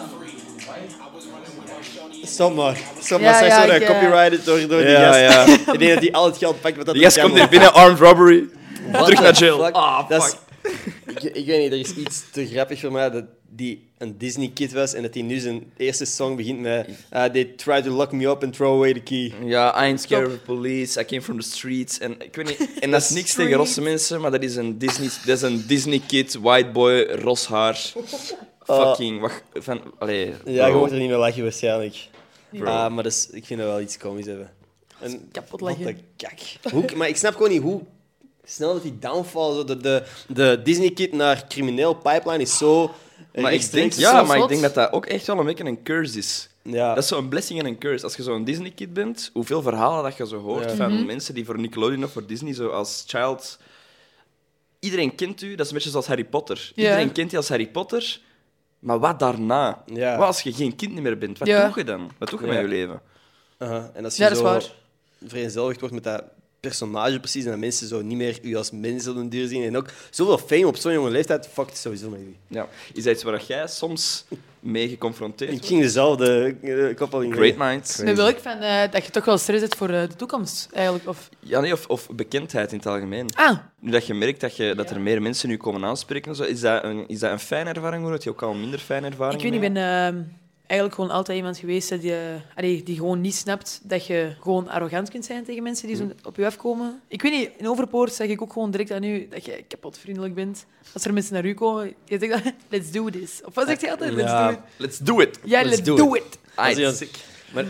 Stop maar. Stop Ja, maar. Zeg ja, zo dat ik, copyrighted door, door die Ja, gast. ja. Ik denk dat hij al het geld pakt wat dat Die gast kan. komt hier binnen, armed robbery. Terug naar jail. Fuck. Ah, Dat fuck. is, ik, ik weet niet, er is iets te grappig voor mij dat die een Disney-kid was en dat hij nu zijn eerste song begint met uh, They try to lock me up and throw away the key. Ja, I ain't scared of the police, I came from the streets. En, ik weet niet, en dat is niks tegen rosse mensen, maar dat is een Disney, dat is een Disney-kid, white boy, ros haar. Fucking, wacht, van, allee. Ja, je bro. hoort er niet meer lachen waarschijnlijk. Bro. Ah, maar dat is, ik vind dat wel iets komisch hebben. En, Kapot wat lachen. een kak. Hoe, maar ik snap gewoon niet hoe snel dat die downfall, zo de, de, de Disney-kid naar crimineel pipeline is zo... Maar ik denk, rechtstreeks. ja, zo maar ik zot. denk dat dat ook echt wel een beetje een curse is. Ja. Dat is zo'n blessing en een curse. Als je zo'n Disney-kid bent, hoeveel verhalen dat je zo hoort Ja. van mensen die voor Nickelodeon of voor Disney zo als child... Iedereen kent u, dat is een beetje zoals Harry Potter. Ja. Iedereen kent je als Harry Potter, maar wat daarna? Ja. Wat als je geen kind meer bent? Wat Ja. doe je dan? Wat doe je Ja. met je leven? Aha. En als je Ja, dat is zo waar. vereenzelvigd wordt met dat personage precies en dat mensen zo niet meer u als mens zullen duur zien en ook zoveel fame op zo'n jonge leeftijd, fuck het sowieso met u. Ja. Is dat iets waar jij soms mee geconfronteerd Ik wordt? ging dezelfde uh, koppeling Great minds. Ik ben wel fan uh, dat je toch wel stress hebt voor uh, de toekomst, eigenlijk. Of... Ja, nee, of, of bekendheid in het algemeen. Ah, Nu dat je merkt dat, je, dat er meer mensen nu komen aanspreken, en zo, is, dat een, is dat een fijne ervaring? Of heb je ook al een minder fijne ervaring? ik weet niet, ik mee? ben uh, eigenlijk gewoon altijd iemand geweest dat je, allee, die gewoon niet snapt dat je gewoon arrogant kunt zijn tegen mensen die zo op je afkomen. Ik weet niet, in Overpoort zeg ik ook gewoon direct aan u dat je kapot vriendelijk bent. Als er mensen naar u komen, je zegt dan, let's do this. Of wat zegt je altijd? Let's Ja. do it. Let's do it! Ja, Let's let's, do do, it. it. Aight. Als je- Maar,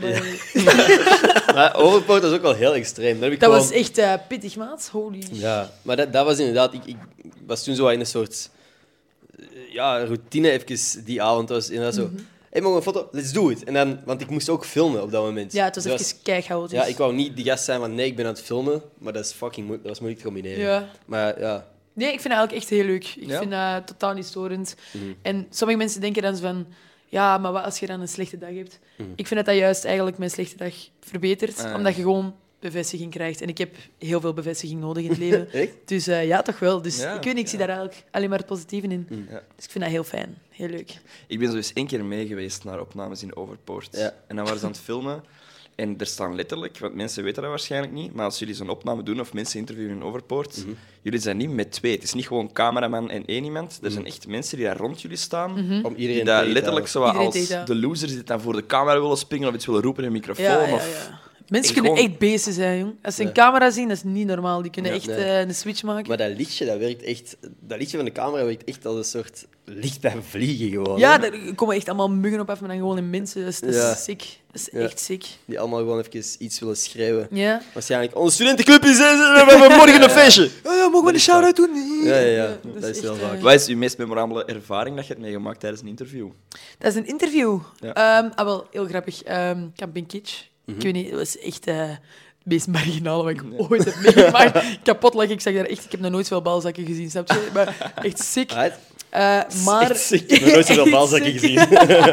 maar Overpoort was ook wel heel extreem. Daar heb ik Dat gewoon... was echt uh, pittig, maat. Holy shit. Ja, maar dat, dat was inderdaad... Ik, ik was toen zo in een soort... eh, Ja, routine even die avond. Het was inderdaad zo... Hey, mogen we een foto? Let's do it. En dan, want ik moest ook filmen op dat moment. Ja, het was Dus even keihard. Ja, ik wou niet die gast zijn van nee, ik ben aan het filmen. Maar dat is fucking moeilijk. Dat was moeilijk te combineren. Ja. Maar ja... Nee, ik vind dat eigenlijk echt heel leuk. Ik Ja? vind dat totaal niet storend. Mhm. En sommige mensen denken dan zo van... Ja, maar wat als je dan een slechte dag hebt? Mhm. Ik vind dat dat juist eigenlijk mijn slechte dag verbetert. Ah. Omdat je gewoon bevestiging krijgt. En ik heb heel veel bevestiging nodig in het leven. Echt? Dus uh, ja, toch wel. Dus Ja, ik weet niet, ik zie daar eigenlijk alleen maar het positieve in. Ja. Dus ik vind dat heel fijn. Heel leuk. Ik ben zo eens één keer mee geweest naar opnames in Overpoort. Ja. En dan waren ze aan het filmen. En er staan letterlijk, want mensen weten dat waarschijnlijk niet, maar als jullie zo'n opname doen of mensen interviewen in Overpoort, Mhm. jullie zijn niet met twee. Het is niet gewoon cameraman en één iemand. Er zijn echt mensen die daar rond jullie staan. Om Hm? iedereen Die tegen daar te letterlijk zo Iedereen als tegen te de losers die dan voor de camera willen springen of iets willen roepen in een microfoon. Ja, ja, Of... ja. Mensen Ik kunnen gewoon- echt beesten zijn, jong. Als ze een Ja. camera zien, dat is niet normaal. Die kunnen Ja. echt Nee. uh, een switch maken. Maar dat lichtje, dat werkt echt... Dat lichtje van de camera werkt echt als een soort licht bij vliegen gewoon. Ja, hè. daar komen echt allemaal muggen op af, maar dan gewoon in mensen. Dat is, dat is Ja. sick. Dat is Ja. echt sick. Die allemaal gewoon even iets willen schreeuwen. Ja. Waarschijnlijk, onze studentenclub is... We hebben morgen een feestje. Oh ja, mogen we Dat een is shout-out doen? Ja, ja, ja. Dat is heel echt, vaak. eh, Wat is uw meest memorabele ervaring dat je hebt meegemaakt tijdens een interview? Dat is een interview. Ja. Ehm, ah, wel, heel grappig. Ehm, Camping Kitsch. Mhm. Ik weet niet, dat was echt eh, het meest marginale wat ik ooit heb meegemaakt. Kapot lag ik. zag daar echt... Ik heb nog nooit zoveel balzakken gezien, snap je? Maar echt sick. Right? Eh, maar... Echt sick. Ik heb nog nooit zoveel Echt balzakken sick. gezien.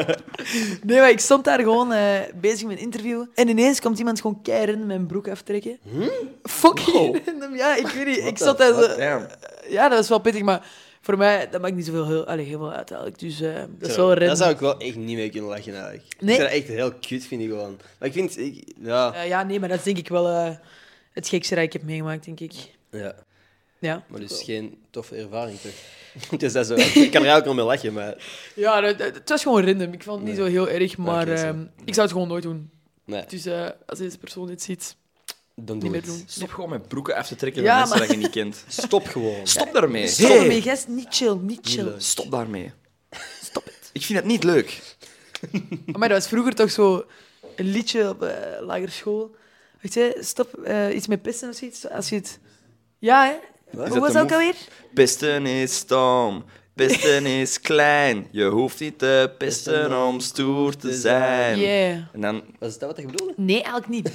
Nee, maar ik stond daar gewoon eh, bezig met een interview. En ineens komt iemand gewoon keihard mijn broek aftrekken. Fucking random. Ja, ik weet niet. Ik stond daar zo... Damn. Ja, dat is wel pittig, maar voor mij dat maakt niet zoveel heel, allez, heel veel uit eigenlijk. Dus eh, dat is wel random. Daar zou ik wel echt niet mee kunnen lachen eigenlijk. Nee. Ik zou dat echt heel cute vinden gewoon. Maar ik vind... Ik, ja. Eh, ja, nee, maar dat is denk ik wel eh, het gekste dat ik heb meegemaakt, denk ik. ja. Ja, Maar dus geen toffe ervaring toch? Dus dat is zo, ik kan er eigenlijk wel mee lachen, maar... ja dat, dat- het was gewoon random. Ik vond het niet Nee. zo heel erg, maar Oké, zo. ehm, ik zou het gewoon nooit doen. Nee, Dus eh, als deze persoon dit ziet, don't niet do meer it. doen. Stop gewoon met broeken af te trekken Ja, van mensen maar- dat je niet kent. Stop gewoon. Stop daarmee. Stop Hey, ermee, gast. Niet chill, niet chill. leuk. Stop daarmee. Stop het. Ik vind het niet leuk. Maar dat was vroeger toch zo een liedje op uh, lagere school. Weet je, stop, eh, iets met pissen of zoiets. Als je het... Ja, hè? Wat? Hoe was de dat ook move? alweer? Pesten is stom. Pesten is klein. Je hoeft niet te pesten om stoer te zijn. Yeah. En dan... Was dat wat je bedoelde? Nee, eigenlijk niet.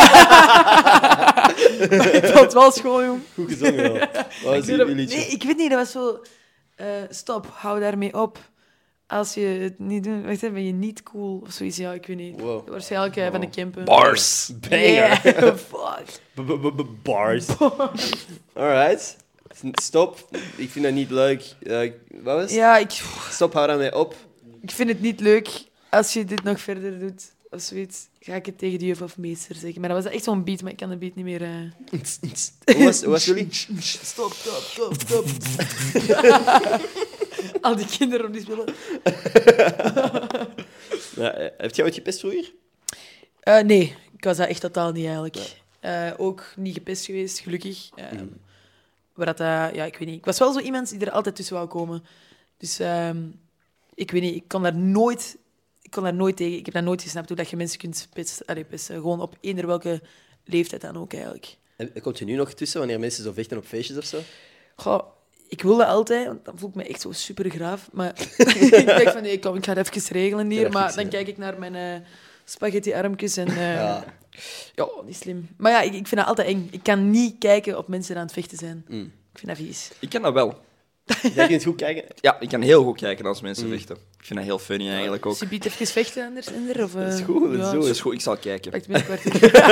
Ah, Ik vond het wel schoon, jong. Goed gezongen wel. Wat was Nee, die liedje? nee, ik weet niet, dat was zo... eh, stop, hou daarmee op. als je het niet doet, wacht, ben je niet cool of zoiets. Ja, ik weet niet. Wow. Waarschijnlijk uh, van de Kempen. Bars. Banger. Yeah, fuck. Bars. Alright. Stop. Ik vind dat niet leuk. Uh, wat was het? Ja, ik, Stop, hou daarmee op. ik vind het niet leuk als je dit nog verder doet. Of zoiets. Ga ik het tegen de juf of meester zeggen. Maar dat was echt zo'n beat, maar ik kan de beat niet meer... Uh... Hoe was, hoe was jullie? Stop, stop, stop, stop. Al die kinderen op die spelen. Ja, uh, heb jij ooit gepest vroeger? Uh, nee, ik was dat echt totaal niet eigenlijk. Uh, ook niet gepest geweest, gelukkig. Uh, Mm. waar dat, uh, ja, ik weet niet. Ik was wel zo iemand die er altijd tussen wou komen. Dus uh, ik weet niet, ik kon daar nooit, ik kon daar nooit tegen. Ik heb dat nooit gesnapt hoe dat je mensen kunt pesten. Allee, pesten. Gewoon op eender welke leeftijd dan ook eigenlijk. En komt je nu nog tussen wanneer mensen zo vechten op feestjes of zo? Goh, ik wil dat altijd, want dan voel ik me echt zo super graaf. Maar ik denk van nee, kom, ik ga het even regelen hier. Ja, maar fixen, dan ja. kijk ik naar mijn uh, spaghetti-armpjes en... Uh, Ja. Ja, niet slim. Maar ja, ik, ik vind dat altijd eng. Ik kan niet kijken op mensen die aan het vechten zijn. Mm. Ik vind dat vies. Ik kan dat wel. Jij kunt goed kijken. Ja, ik kan heel goed kijken als mensen Mm. vechten. Ik vind dat heel funny eigenlijk ook. Als je biedt even vechten anders, Ender? Of, uh, Dat is goed, dat is ja, goed. Dat is goed, ik zal kijken. Pakt me een kwartier.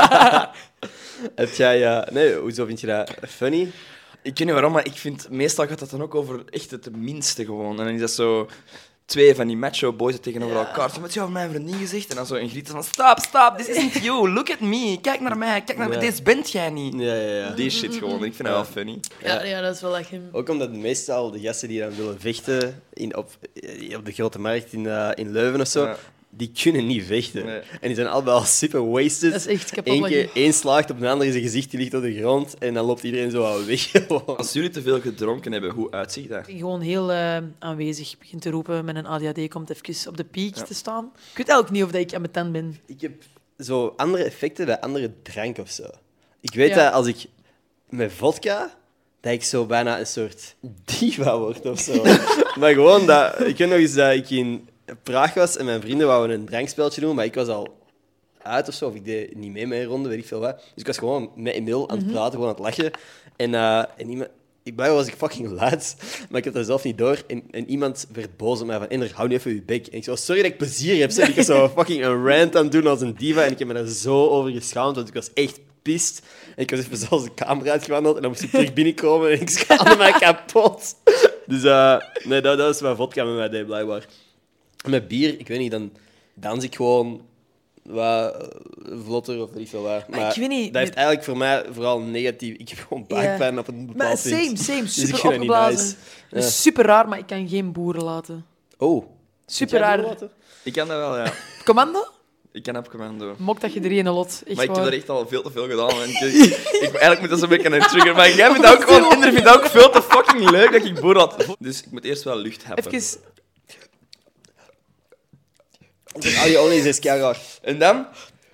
Heb jij... Uh, nee, hoezo vind je dat funny? Ik weet niet waarom, maar ik vind... Meestal gaat dat dan ook over echt het minste gewoon. En dan is dat zo... Twee van die macho boys tegenover Ja. elkaar. Zo, wat jou mijn vriendin gezegd? En dan zo een griet van... Stop, stop, this isn't you. Look at me. Kijk naar mij. Kijk naar mij. Ja. Deze bent jij niet. Ja, ja, ja. Die shit gewoon. Ik vind dat wel funny. Ja, ja, dat is wel echt hem. Ook omdat meestal de gasten die dan willen vechten in, op, op de grote markt in, uh, in Leuven of zo, Ja. die kunnen niet vechten. Nee. En die zijn allemaal al super wasted. Dat is echt kapot. Eén lachen. keer één slaagt op de andere, zijn gezicht die ligt op de grond en dan loopt iedereen zo aan weg. Gewoon. Als jullie te veel gedronken hebben, hoe uitziet dat? Ik ben gewoon heel uh, aanwezig. Ik begin te roepen. Met een A D H D komt even op de piek Ja. te staan. Ik weet eigenlijk niet of dat ik ambetant ben. Ik heb zo andere effecten bij andere drank of zo. Ik weet Ja. dat als ik met vodka, dat ik zo bijna een soort diva word of zo. Maar gewoon dat... Ik weet nog eens dat ik in Praag was en mijn vrienden wouden een drankspeltje doen, maar ik was al uit of zo, of ik deed niet mee met een ronde, weet ik veel wat. Dus ik was gewoon met Emil aan het praten, gewoon aan het lachen. En, uh, en iemand... Ik blijf was ik fucking luid, maar ik had er zelf niet door. En, en iemand werd boos op mij van, Ender, hou nu even je bek. En ik zo, sorry dat ik plezier heb. Zeg. Ik was zo fucking een rant aan het doen als een diva. En ik heb me daar zo over geschaamd, want ik was echt pist. En ik was even zelfs de kamer uitgewandeld en dan moest ik terug binnenkomen en ik schaamde mij kapot. Dus uh, nee, dat, dat is wat vodka met mij deed, blijkbaar. En met bier, ik weet niet, dan dans ik gewoon wat uh, vlotter of weet ik veel waar. Maar ik weet niet, dat met- heeft eigenlijk voor mij vooral negatief. Ik heb gewoon buikpijn op een bepaald Maar punt. same, same. Dus ik Super vind dat niet opgeblazen. nice. Dat is Ja. super raar, maar ik kan geen boeren laten. Oh. Super raar. Ik kan dat wel, ja. Commando? Ik kan op commando. Mok dat je er een lot. Echt Maar ik heb waar. er echt al veel te veel gedaan. En ik, ik, ik- eigenlijk moet dat zo'n beetje een trigger. Maar jij vindt dat ook gewoon... Inder vindt dat ook veel te fucking leuk dat ik boer had. Dus ik moet eerst wel lucht hebben. Even... Al die olie is keihard. En dan...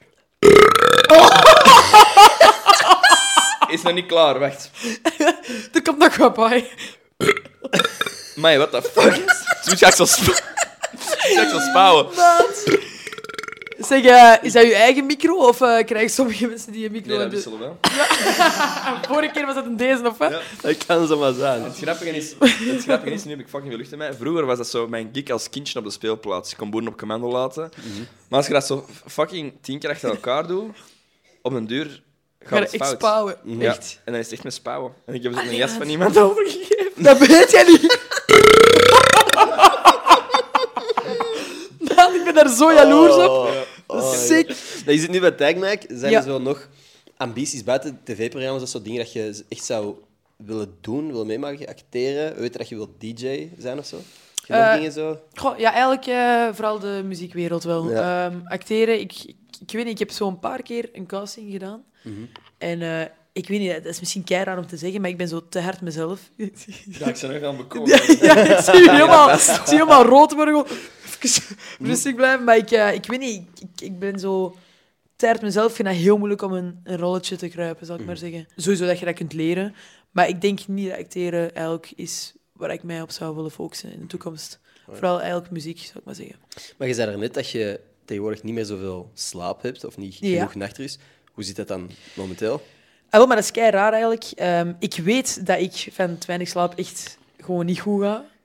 Is nog niet klaar, wacht. Er komt nog wat bij. Maar what the fuck? Toen ga ik zo sp- ga ik zo spouwen. Zeg, uh, is dat je eigen micro? Of uh, krijgen sommige mensen die een micro Nee, dat hebben? wisselen wel. Vorige keer was dat een deze, of wat? Ja. Dat kan zo maar zijn. Het grappige is, het grappige is, nu heb ik fucking veel lucht in mij. Vroeger was dat zo mijn gig als kindje op de speelplaats. Ik kon boeren op commando laten. Maar als je dat zo fucking tien keer achter elkaar doet, op een duur Ga gaat je het echt fout. spouwen. Ja, Echt. en dan is het echt met spouwen. En ik heb dus ook een Allee, jas wat? van iemand overgegeven. Dat weet jij niet. Man, ik ben daar zo jaloers op. Oh, Dat oh, is sick. Dat is het nu bij Tagmac. Zijn Ja. er zo nog ambities buiten tv-programma's of zo dingen dat je echt zou willen doen, willen meemaken, acteren? We weten dat je wilt D J zijn of zo. Heb je nog Eh, dingen zo? Goh, ja, eigenlijk eh, vooral de muziekwereld wel. Ja. Ehm, acteren, ik, ik, ik weet niet, ik heb zo een paar keer een casting gedaan. Mhm. En eh, ik weet niet, dat is misschien keiraar om te zeggen, maar ik ben zo te hard mezelf. Ja, ik zou nog gaan bekomen. Ja, ik zie je helemaal, ik zie je helemaal rood worden. Gewoon even rustig blijven. Maar ik, eh, ik weet niet, ik, ik, ik ben zo te hard mezelf. Ik vind het heel moeilijk om een, een rolletje te kruipen, zal ik maar zeggen. Sowieso dat je dat kunt leren. Maar ik denk niet dat acteren eigenlijk is waar ik mij op zou willen focussen in de toekomst. Vooral eigenlijk muziek, zou ik maar zeggen. Maar je zei er net dat je tegenwoordig niet meer zoveel slaap hebt of niet Ja. genoeg nachtrust. Hoe zit dat dan momenteel? Ah, wel, maar dat is kei raar eigenlijk. Ehm, ik weet dat ik van te weinig slaap echt gewoon niet goed ga.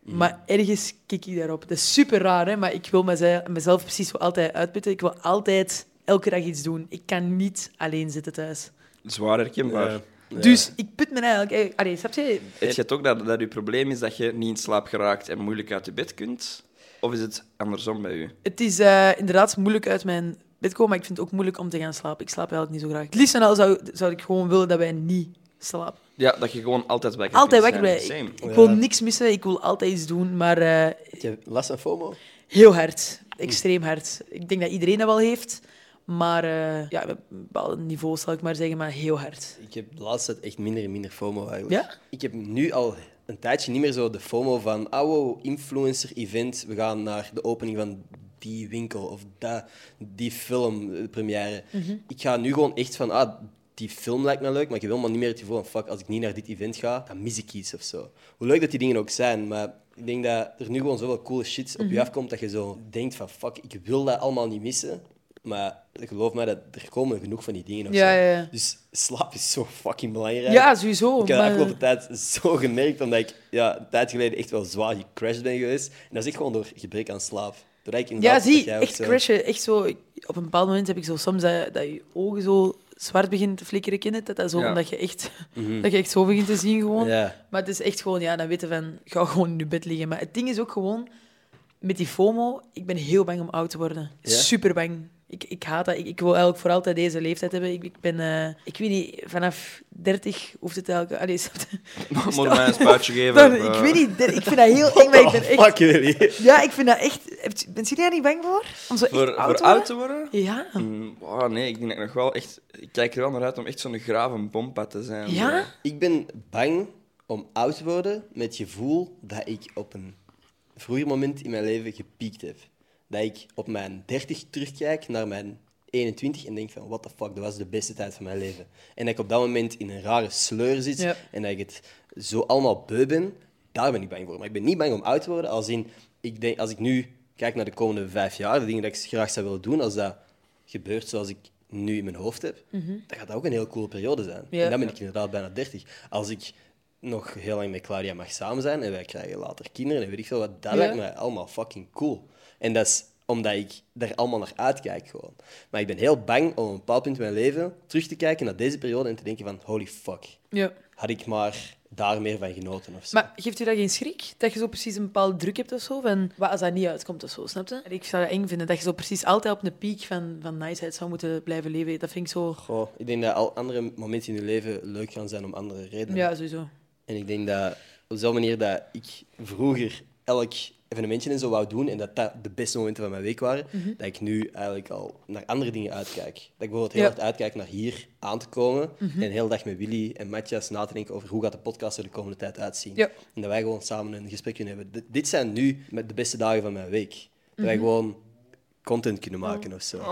Mm. Maar ergens kik ik daarop. Dat is super raar, hè? Maar ik wil mezelf, mezelf precies zo altijd uitputten. Ik wil altijd elke dag iets doen. Ik kan niet alleen zitten thuis. Zwaar herkenbaar. Ja. Ja. Dus ik put me eigenlijk... Allee, snap je? Weet je het ook dat, dat je probleem is dat je niet in slaap geraakt en moeilijk uit je bed kunt? Of is het andersom bij u? Het is uh, inderdaad moeilijk uit mijn bed komen, maar ik vind het ook moeilijk om te gaan slapen. Ik slaap eigenlijk niet zo graag. Het liefst en al zou, zou ik gewoon willen dat wij niet slapen. Ja, dat je gewoon altijd wakker Altijd kunt wakker zijn. blijven. Same. Ik, ik wil Ja. niks missen, ik wil altijd iets doen, maar uh, Heb je last van FOMO? heel hard. Extreem hard. Ik denk dat iedereen dat wel heeft, maar uh, ja, op een bepaald niveau zal ik maar zeggen, maar heel hard. Ik heb de laatste tijd echt minder en minder FOMO eigenlijk. Ja? Ik heb nu al een tijdje niet meer zo de FOMO van oh, wow, influencer-event, we gaan naar de opening van die winkel of dat, die film, de première. Mm-hmm. Ik ga nu gewoon echt van, ah, die film lijkt me leuk, maar ik heb helemaal niet meer het gevoel van, fuck, als ik niet naar dit event ga, dan mis ik iets of zo. Hoe leuk dat die dingen ook zijn, maar ik denk dat er nu gewoon zoveel coole shit op Mm-hmm. je afkomt dat je zo denkt van, fuck, ik wil dat allemaal niet missen. Maar geloof mij, dat er komen genoeg van die dingen. Of Ja, zo. ja, ja. Dus slaap is zo fucking belangrijk. Ja, sowieso. Ik heb de maar- afgelopen tijd zo gemerkt, omdat ik ja, een tijd geleden echt wel zwaar gecrashed ben geweest. En dat is echt gewoon door gebrek aan slaap. Doordat ik Ja, inderdaad, zie, dat jij ook echt zo- crashen. Echt zo, op een bepaald moment heb ik zo soms dat, dat je ogen zo zwart beginnen te flikkeren, ken je het? Dat dat zo, Ja. omdat je echt, dat je echt zo begint te zien gewoon. Ja. Maar het is echt gewoon, ja, dan weten van, ga gewoon in je bed liggen. Maar het ding is ook gewoon, met die FOMO, ik ben heel bang om oud te worden. Ja? Super bang. Ik, ik haat dat. Ik, ik wil eigenlijk voor altijd deze leeftijd hebben. Ik, ik ben, uh, ik weet niet, vanaf dertig hoeft het eigenlijk... Allee, snap je? Moet je mij een spuitje geven? Dan, of, ik eh, weet niet, der- ik vind dat heel eng, maar ik ben Oh, echt... fuck, Willy. Ja, ik vind dat echt... Heb- Ben je daar niet bang voor? Om zo Voor, echt voor oud te oud worden? te worden? Ja. Mm, oh, nee, ik denk dat ik nog wel echt... Ik kijk er wel naar uit om echt zo'n graven bompa te zijn. Ja? Ik ben bang om oud te worden met het gevoel dat ik op een vroeger moment in mijn leven gepiekt heb. Dat ik op mijn dertig terugkijk naar mijn eenentwintig en denk van, what the fuck, dat was de beste tijd van mijn leven. En dat ik op dat moment in een rare sleur zit Ja. en dat ik het zo allemaal beu ben, daar ben ik bang voor. Maar ik ben niet bang om oud te worden, als in, ik denk, als ik nu kijk naar de komende vijf jaar, de dingen die ik graag zou willen doen, als dat gebeurt zoals ik nu in mijn hoofd heb, dan gaat dat ook een heel coole periode zijn. Ja. En dan ben ik inderdaad bijna dertig. Als ik nog heel lang met Claudia mag samen zijn en wij krijgen later kinderen en weet ik veel wat, dat Ja. lijkt mij allemaal fucking cool. En dat is omdat ik daar allemaal naar uitkijk gewoon. Maar ik ben heel bang om op een bepaald punt in mijn leven terug te kijken naar deze periode en te denken van, holy fuck, Ja. had ik maar daar meer van genoten of zo. Maar geeft u dat geen schrik? Dat je zo precies een bepaalde druk hebt of zo? Van, wat als dat niet uitkomt of zo, snap je? Ik zou dat eng vinden, dat je zo precies altijd op een piek van, van niceheid zou moeten blijven leven. Dat vind ik zo... Goh, ik denk dat al andere momenten in je leven leuk gaan zijn om andere redenen. Ja, sowieso. En ik denk dat op dezelfde manier dat ik vroeger elk evenementje en zo wou doen en dat dat de beste momenten van mijn week waren, dat ik nu eigenlijk al naar andere dingen uitkijk. Dat ik bijvoorbeeld heel Ja. hard uitkijk naar hier aan te komen en de hele dag met Willy en Matthias na te denken over hoe gaat de podcast er de komende tijd uitzien. Ja. En dat wij gewoon samen een gesprek kunnen hebben. D- dit zijn nu met de beste dagen van mijn week. Dat wij gewoon content kunnen maken of zo.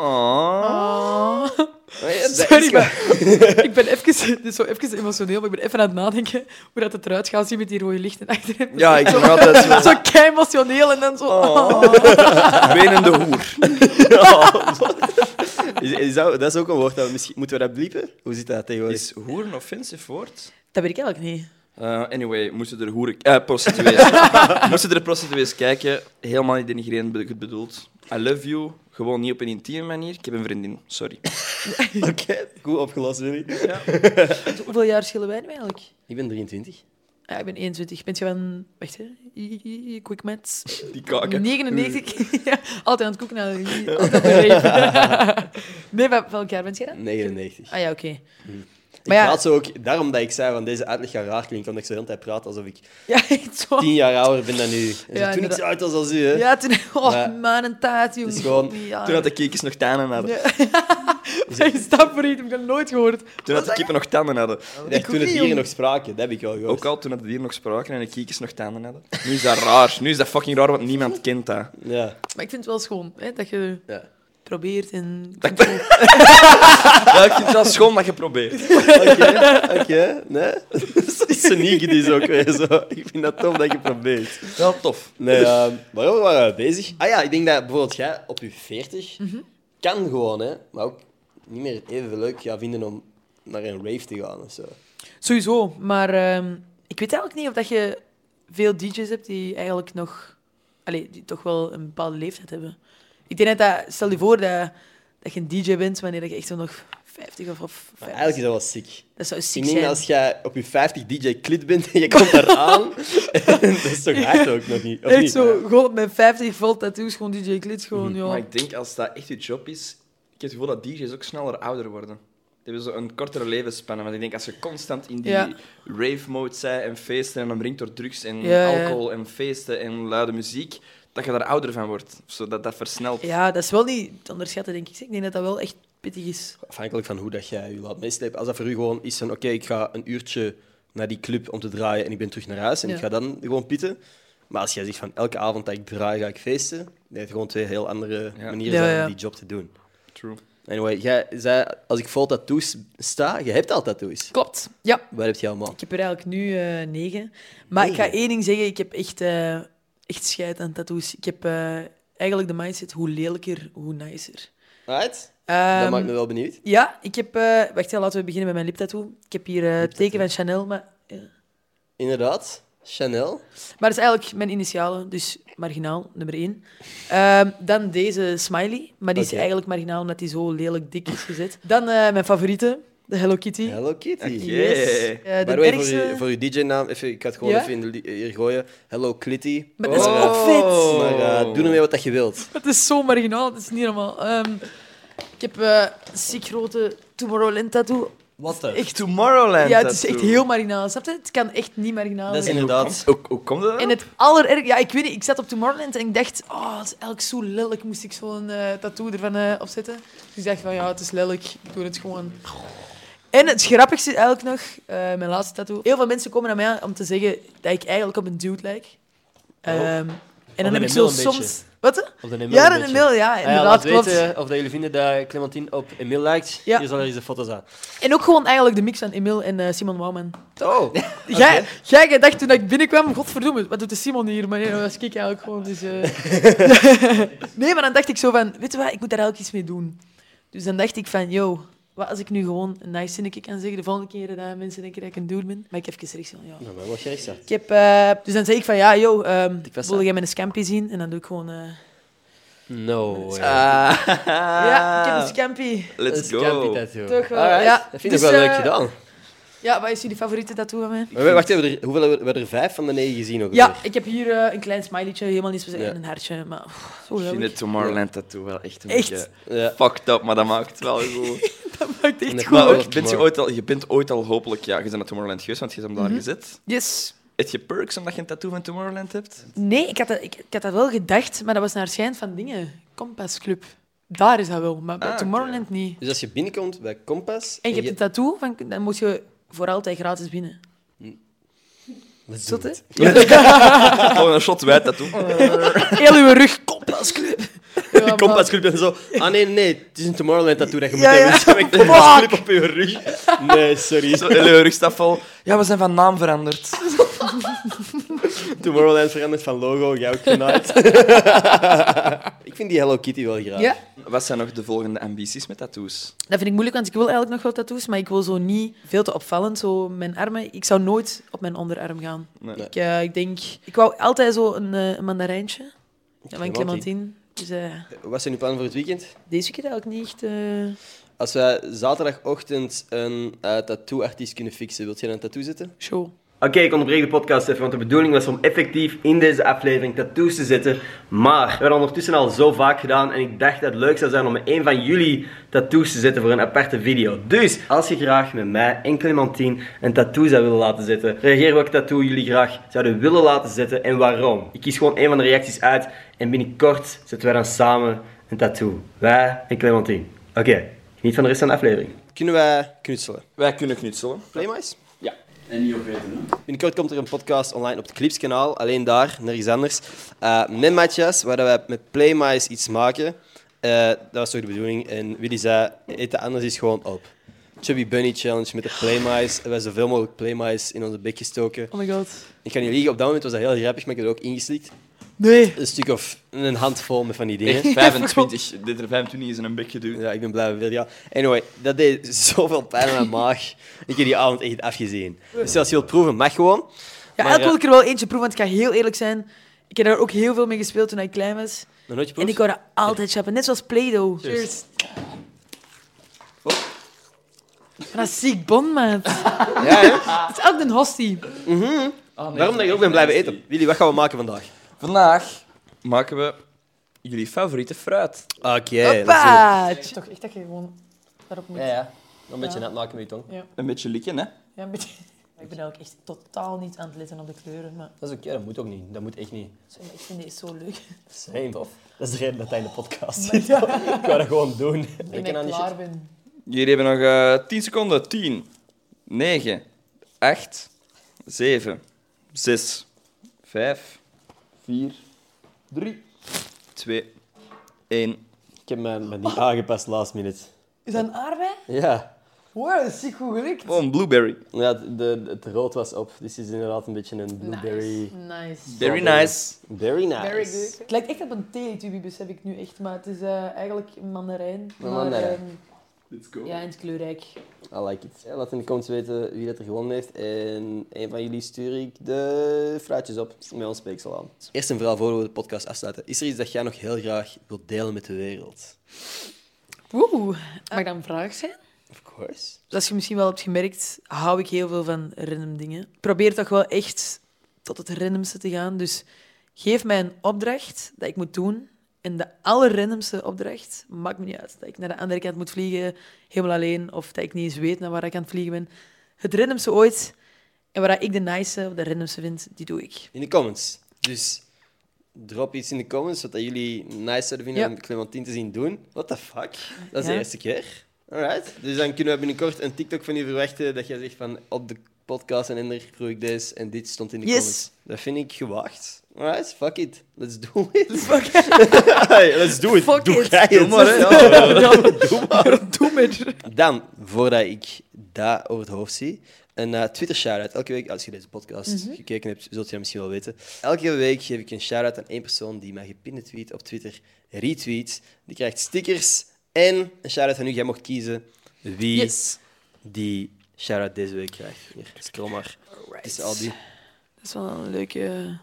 Oh. Maar ja, dat is Sorry, wel- maar ik ben even, dit is zo even emotioneel, maar ik ben even aan het nadenken hoe dat het eruit gaat zien met die rode lichten achter hem. Ja, ik ben altijd zo... Zo kei emotioneel en dan zo... Oh. Wenende hoer. Is, is dat, dat is ook een woord dat we misschien... Moeten we dat bliepen? Hoe zit dat tegenwoordig? Is hoer een offensive woord? Dat weet ik eigenlijk niet. Uh, anyway, moesten er hoeren... Eh, prostituees. moesten er prostituees kijken, helemaal niet denigrerend be- bedoeld. I love you, gewoon niet op een intieme manier. Ik heb een vriendin, sorry. Oké, goed opgelost, Willy. Zo, hoeveel jaar schillen wij nu eigenlijk? Ik ben drieëntwintig. Ja, ik ben eenentwintig. Ben je van... Wacht, hè. I- I- I- Quick maths. Die kaken. negenennegentig. Ja, altijd aan het koeken. Altijd aan het leven. Nee, van welk jaar ben je dan? negenennegentig. Ah ja, oké. Ik Maar ja- praat zo ook... Daarom dat ik zei van deze uitleg gaat raar klinken, omdat ik zo de hele tijd praat alsof ik Ja, echt zo. tien jaar ouder ben dan nu. En zo, Ja, toen ik inderdaad. zo oud was als u, hè. Ja, toen... Oh, Maar- man, een taart, jongen. is gewoon- Ja. Toen had de kiekjes nog tanden hadden. Hij staat voor iets, ik heb dat nooit gehoord. Toen had de kippen nog tanden hadden. Nee, ik toen ook de niet, dieren jong. nog spraken, dat heb ik wel gehoord. Ook al toen het dier nog spraken en de kiekjes nog tanden hadden. Nu is dat raar. Nu is dat fucking raar, want niemand kent dat. Ja, Maar ik vind het wel schoon, hè, dat je ja. probeert en... Dat Ja, ik vind het wel schoon dat je probeert. Oké, oké. Nee? Dat is Sonieke die is ook weer zo. Ik vind dat tof dat je probeert. Wel tof. Nee, uh, waarom waren we bezig? Ah ja, ik denk dat bijvoorbeeld jij op je veertig Mhm. kan gewoon, hè, maar ook niet meer even leuk gaan vinden om naar een rave te gaan of zo. Sowieso, maar ehm, ik weet eigenlijk niet of dat je veel D J's hebt die eigenlijk nog... Allee, die toch wel een bepaalde leeftijd hebben. Ik denk dat dat... Stel je voor dat, dat je een D J bent wanneer je echt zo nog vijftig of, of Maar vijftig... eigenlijk is dat wel sick. Dat zou Ik ziek denk zijn. dat als jij op je vijftig D J-klit bent en je komt daar aan, dat is toch hard ook nog niet? Of Echt niet? zo, gewoon op mijn vijftig volt tattoos, gewoon D J Klit, gewoon, ja. Maar ik denk, als dat echt je job is... Ik heb het gevoel dat D J's ook sneller ouder worden. Die hebben zo een kortere levensspanne. Want ik denk, als je constant in die Ja. rave-mode bent en feesten en omringd door drugs en Ja, ja. alcohol en feesten en luide muziek, dat je daar ouder van wordt. Of zo, dat dat versnelt. Ja, dat is wel niet te onderschatten, denk ik. Ik denk dat dat wel echt pittig is. Afhankelijk van hoe dat jij je laat meeslepen. Als dat voor u gewoon is van, oké, ik ga een uurtje naar die club om te draaien en ik ben terug naar huis en Ja. ik ga dan gewoon pitten. Maar als jij zegt van, elke avond dat ik draai, ga ik feesten, dan heb je gewoon twee heel andere Ja. manieren Ja, zijn ja. om die job te doen. True. Anyway, jij zei, als ik vol tattoos sta, je hebt al tattoos. Klopt, ja. Wat heb je allemaal? Ik heb er eigenlijk nu eh, negen. Maar ik ga Negen? één ding zeggen, ik heb echt, eh, echt scheid aan tattoos. Ik heb eh, eigenlijk de mindset, hoe lelijker, hoe nicer. Right? Ehm, Dat maakt me wel benieuwd. Ja, ik heb... eh, wacht, ja, laten we beginnen met mijn liptattoo. Ik heb hier eh, het teken van Chanel, maar... ja. Inderdaad, Chanel. Maar dat is eigenlijk mijn initialen, dus marginaal, nummer één. Ehm, dan deze smiley, maar die is Oké. eigenlijk marginaal omdat die zo lelijk dik is gezet. Dan eh, mijn favoriete, de Hello Kitty. Hello Kitty. Oké. Yes. Eh, By de the way, voor, ergste... je, voor je D J-naam, even, ik ga het gewoon Ja? even in de, li- hier gooien. Hello Kitty. Maar dat is Oh. ook vet. Maar eh, doe ermee wat dat je wilt. Het is zo marginaal, dat is niet normaal. Ehm, ik heb eh, een ziek grote Tomorrowland tattoo. Wat de? Echt, Tomorrowland. ja, het is tattoo. echt heel marginaal. Snap je? Het kan echt niet marginaal Dat is zijn. inderdaad... Hoe, hoe komt dat? En het allererg... Ja, ik weet niet, ik zat op Tomorrowland en ik dacht, oh, het is eigenlijk zo lelijk, moest ik zo'n eh tattoo ervan eh, opzetten. Dus ik dacht van, ja, het is lelijk, ik doe het gewoon. En het grappigste is eigenlijk nog, eh, mijn laatste tattoo. Heel veel mensen komen naar mij om te zeggen dat ik eigenlijk op een dude lijk. Ehm, en dan de heb ik zo Emil een beetje. soms... Wat? Of de Emil Ja, een de beetje. Emil, ja, Ah ja, inderdaad, laat klopt. weten of dat jullie vinden dat Clementine op Emil lijkt. Ja. Hier zal er eens een foto zijn. En ook gewoon eigenlijk de mix van Emil en eh, Simon Wouwman. Oh, Jij, jij dacht toen ik binnenkwam, godverdomme, wat doet de Simon hier? Maar nee, dat was ik eigenlijk gewoon. Dus, eh. Nee, maar dan dacht ik zo van, weet je wat, ik moet daar eigenlijk iets mee doen. Dus dan dacht ik van, yo, wat als ik nu gewoon een nice zinnetje kan zeggen, de volgende keer dat mensen denken dat ik een dude ben. Maar ik heb even rechts van, ja. nou, maar wat jij zegt. Ik heb, eh, dus dan zeg ik van, ja, yo, um, vast wil aan. jij mijn scampy zien? En dan doe ik gewoon... eh, No way. Ah. Ja, ik heb een scampy. Let's Een scampy go. tattoo. Toch wel, Alright. ja. Dat vind Dus, ik wel leuk eh, gedaan. Ja, wat is jullie favoriete tattoo van mij? Maar wacht even, er- hoeveel hebben we er vijf van de negen gezien ook Ja, alweer? ik heb hier eh, een klein smileytje, helemaal niet speciaal, Ja. en een hartje, maar pff, zo Ik vind leuk. het Tomorrowland tattoo wel echt een Echt? beetje Ja. fucked up, maar dat maakt het wel goed. Dat maakt En echt dat goed. Maar Goed. ook, bent je, ooit al, je bent ooit al hopelijk... Ja, je bent naar Tomorrowland geweest, want je hebt hem daar gezet. Yes. Heb je perks omdat je een tattoo van Tomorrowland hebt? Nee, ik had, dat, ik, ik had dat wel gedacht, maar dat was naar schijn van dingen. Compass Club. Daar is dat wel, maar bij Ah, Tomorrowland niet. Dus als je binnenkomt bij Compass... En je hebt een tattoo, van, dan moet je voor altijd gratis binnen. Let's Zot, do hè? it. Gewoon een shot wijd tattoo. Heel uw rug, Compass Club. Ja, maar- Compass Club en zo. Ah nee, nee, het is een Tomorrowland tattoo dat je moet Ja, hebben. ja. Dus heb ik Compass Club op je rug. Nee, sorry. Zo, hele rug staat vol. Ja, we zijn van naam veranderd. Tomorrowland veranderd van logo, jij ook genaaid. Ik vind die Hello Kitty wel graag. Ja, Wat zijn nog de volgende ambities met tattoos? dat vind ik moeilijk, want ik wil eigenlijk nog wel tattoos, maar ik wil zo niet veel te opvallend. Zo mijn armen, ik zou nooit op mijn onderarm gaan. Nee. Nee. Ik, eh, ik denk, ik wou altijd zo een, eh, een mandarijntje ja, van Clementine. Clementine. Dus eh, Wat zijn uw plannen voor het weekend? deze weekend eigenlijk niet echt. eh, Als wij zaterdagochtend een uh, tattoo-artiest kunnen fixen, wilt je een tattoo zetten? show. Oké, ik onderbreek de podcast even, want de bedoeling was om effectief in deze aflevering tattoos te zetten. Maar we hebben het ondertussen al zo vaak gedaan en ik dacht dat het leuk zou zijn om een van jullie tattoos te zetten voor een aparte video. Dus, als je graag met mij en Clementine een tattoo zou willen laten zetten, reageer welke tattoo jullie graag zouden willen laten zetten en waarom. Ik kies gewoon een van de reacties uit en binnenkort zetten wij dan samen een tattoo. Wij en Clementine. Oké, geniet van de rest van de aflevering. Kunnen wij knutselen? Wij kunnen knutselen. Playmice? Ja. En niet opeten, hè? Binnenkort komt er een podcast online op het Clips-kanaal. Alleen daar, nergens anders. Uh, met Matthias, waar wij met Playmice iets maken. Uh, dat was toch de bedoeling. En Willy zei, eten anders is gewoon op. Chubby Bunny Challenge met de Playmice. We hebben zoveel mogelijk Playmice in onze bek gestoken. Oh my god. Ik kan niet liegen, op dat moment was dat heel grappig, maar ik heb het ook ingeslikt. Nee. Een stuk of een handvol met van die dingen. Echt, vijfentwintig. Dit er vijfentwintig is in een bek geduwd. Ja, ik ben blij met ja. Anyway, dat deed zoveel pijn aan mijn maag. Ik heb die avond echt afgezien. Dus als je wilt proeven, mag gewoon. Ja, Ja, Maar, elk wil ja. ik er wel eentje proeven, want ik ga heel eerlijk zijn. Ik heb daar ook heel veel mee gespeeld toen ik klein was. Nog nooit En geproefd? ik wou dat altijd chappen, net zoals Play-Doh. Cheers. Maar dat is ziek bon, maat. Ja, hè? Het is ook een hostie. Daarom dat ik ook ben blijven eten. Willy, wat gaan we maken vandaag? Vandaag maken we jullie favoriete fruit. Oké, okay, Hoppa! Het is toch echt dat je gewoon daarop moet... Ja, ja. Nog een beetje Ja. net maken met je tong. Ja. Een beetje likken, hè? Ja, een beetje. Ik ben ook echt totaal niet aan het letten op de kleuren, maar Dat is oké, dat moet ook niet. Dat moet echt niet. sorry, maar ik vind deze zo leuk. Same. Tof. Dat is de reden dat hij in de podcast zit. Ik ga dat gewoon doen. Ik Ik ben aan die klaar shit. ben. Jullie hebben nog uh, tien seconden. tien, negen, acht, zeven, zes, vijf, vier, drie, twee, één. Ik heb mijn, mijn niet aangepast last minute. Is dat een aardbei? Ja. Wow, dat is ziek goed gelukt. Oh, een blueberry. Ja, het- de, het rood was op. Dus het is inderdaad een beetje een blueberry. Nice. nice. Very nice. Very nice. Very good. Het lijkt echt op een teletubby, besef ik nu echt, maar het is uh, eigenlijk een mandarijn. Een maar, mandarijn. ehm, Let's go. ja, in het kleurrijk. I like it. Ja, laat in de comments weten wie dat er gewonnen heeft. En een van jullie stuur ik de fruitjes op met ons speeksel aan. Eerst en vooral, voor we de podcast afsluiten. Is er iets dat jij nog heel graag wilt delen met de wereld? Oeh, mag ik dan een vraag zijn? Of course. Zoals je misschien wel hebt gemerkt, hou ik heel veel van random dingen. Ik probeer toch wel echt tot het randomste te gaan. Dus geef mij een opdracht dat ik moet doen. En de allerrandomste opdracht, maakt me niet uit. Dat ik naar de andere kant moet vliegen, helemaal alleen. Of dat ik niet eens weet naar waar ik aan het vliegen ben. Het randomste ooit. En waar ik de nice of de randomste vind, die doe ik. In de comments. Dus drop iets in de comments wat dat jullie nice zouden vinden Ja. om Clementine te zien doen. What the fuck? Dat is de Ja. eerste keer. Alright. Dus dan kunnen we binnenkort een TikTok van je verwachten dat jij zegt van op de podcast en Ender vroeg ik deze en dit stond in de Yes. comments. Dat vind ik gewaagd. Alright, fuck it. Let's do it. Fuck. Hey, let's do it. Fuck Doe it. jij het. Doe maar, hè. Doe maar. Doe maar. Dan, voordat ik dat over het hoofd zie, een uh, Twitter-shout-out. Elke week, als je deze podcast gekeken hebt, zult je dat misschien wel weten. Elke week geef ik een shout-out aan één persoon die mij gepinde tweet op Twitter retweet. Die krijgt stickers en een shout-out van u. Jij mocht kiezen wie Yes. die shout-out deze week krijgt. Hier, scroll maar. Het is al die. Dat is wel een leuke...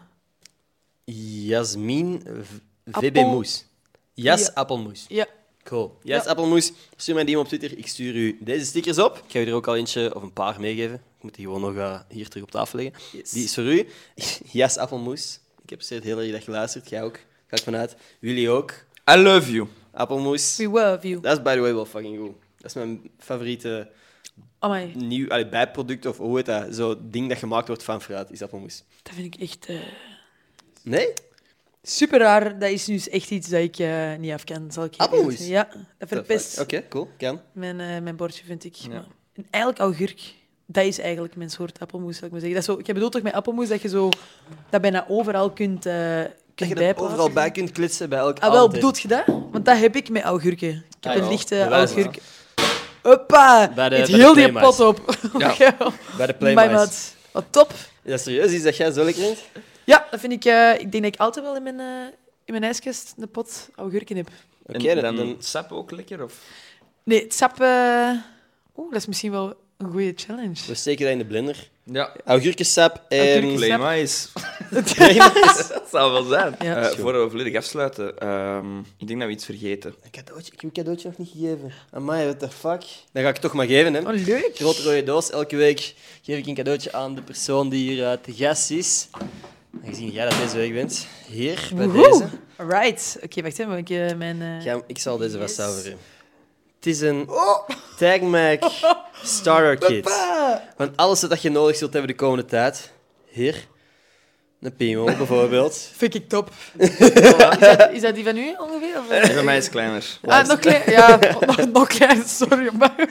Jasmin V- V B Appel- Moes. Jas Ja. Appelmoes. Ja. Cool. Jas Ja. Appelmoes, stuur mij die op Twitter. Ik stuur u deze stickers op. Ik ga u er ook al eentje of een paar meegeven. Ik moet die gewoon nog uh, hier terug op tafel leggen. Yes. Die is voor u. Jas Appelmoes. Ik heb steeds heel erg dat geluisterd. Jij ook. Ga ik vanuit. Willy ook. I love you. Appelmoes. We love you. Dat is by the way wel fucking goed. Dat is mijn favoriete Amai, nieuw allee, bijproduct of hoe heet dat? Zo'n ding dat gemaakt wordt van fruit, is appelmoes. dat vind ik echt... eh, Nee? super raar. Dat is nu echt iets dat ik eh, niet af kan. Zal ik je Appelmoes? eerlijk zeggen. Ja, dat verpest Oké, cool. Kan. mijn, eh, mijn bordje, vind ik. Ja. Maar, en eigenlijk augurk. Dat is eigenlijk mijn soort appelmoes, zal ik maar zeggen. Dat is zo, ik bedoel toch met appelmoes dat je zo dat bijna overal kunt, eh Dat kunt je er bijplaatsen. overal bij kunt klitsen bij elk Ah, wel, avondeten. bedoelt je dat? Want dat heb ik met augurken. Ik heb Ah, een ja. lichte Bewijs maar. augurk. Hoppa! Bij de- Eet bij de heel die Playmais. pot op. Ja. Bij de My Playmais. maat. Wat top. Is dat serieus iets dat jij zo lekker vindt? Ja, dat vind ik... eh, ik denk dat ik altijd wel in mijn, eh, in mijn ijskast een pot augurken heb. Oké, En dan, dan, dan sap ook lekker? Of? Nee, het sap... eh, Oeh, dat is misschien wel een goede challenge. we steken dat in de blender. Ja. Augurkensap en... Augurkensap. Playmais. Playmais. Dat zou wel zijn. Ja. Eh, voordat we volledig afsluiten, ehm, ik denk dat we iets vergeten. Een cadeautje. Ik heb een cadeautje nog niet gegeven. Amai, what the fuck. Dan ga ik het toch maar geven, hè. Oh, leuk. Grote rode doos. Elke week geef ik een cadeautje aan de persoon die hier uh, te gast is. Aangezien jij dat deze week bent. Hier, bij Woehoe. deze. Alright. Oké, wacht even. Moet ik eh, mijn... eh, Ja, ik zal deze Yes. vasthouden voor u. Het is een TagMac Starter Kit. Van alles wat je nodig zult hebben de komende tijd. Hier. Een piemel, bijvoorbeeld. Vind ik top. is, dat, is dat die van u ongeveer? Of? En bij mij is het kleiner. Ah, nog klein. Ja, nog, nog klein. Sorry, maar...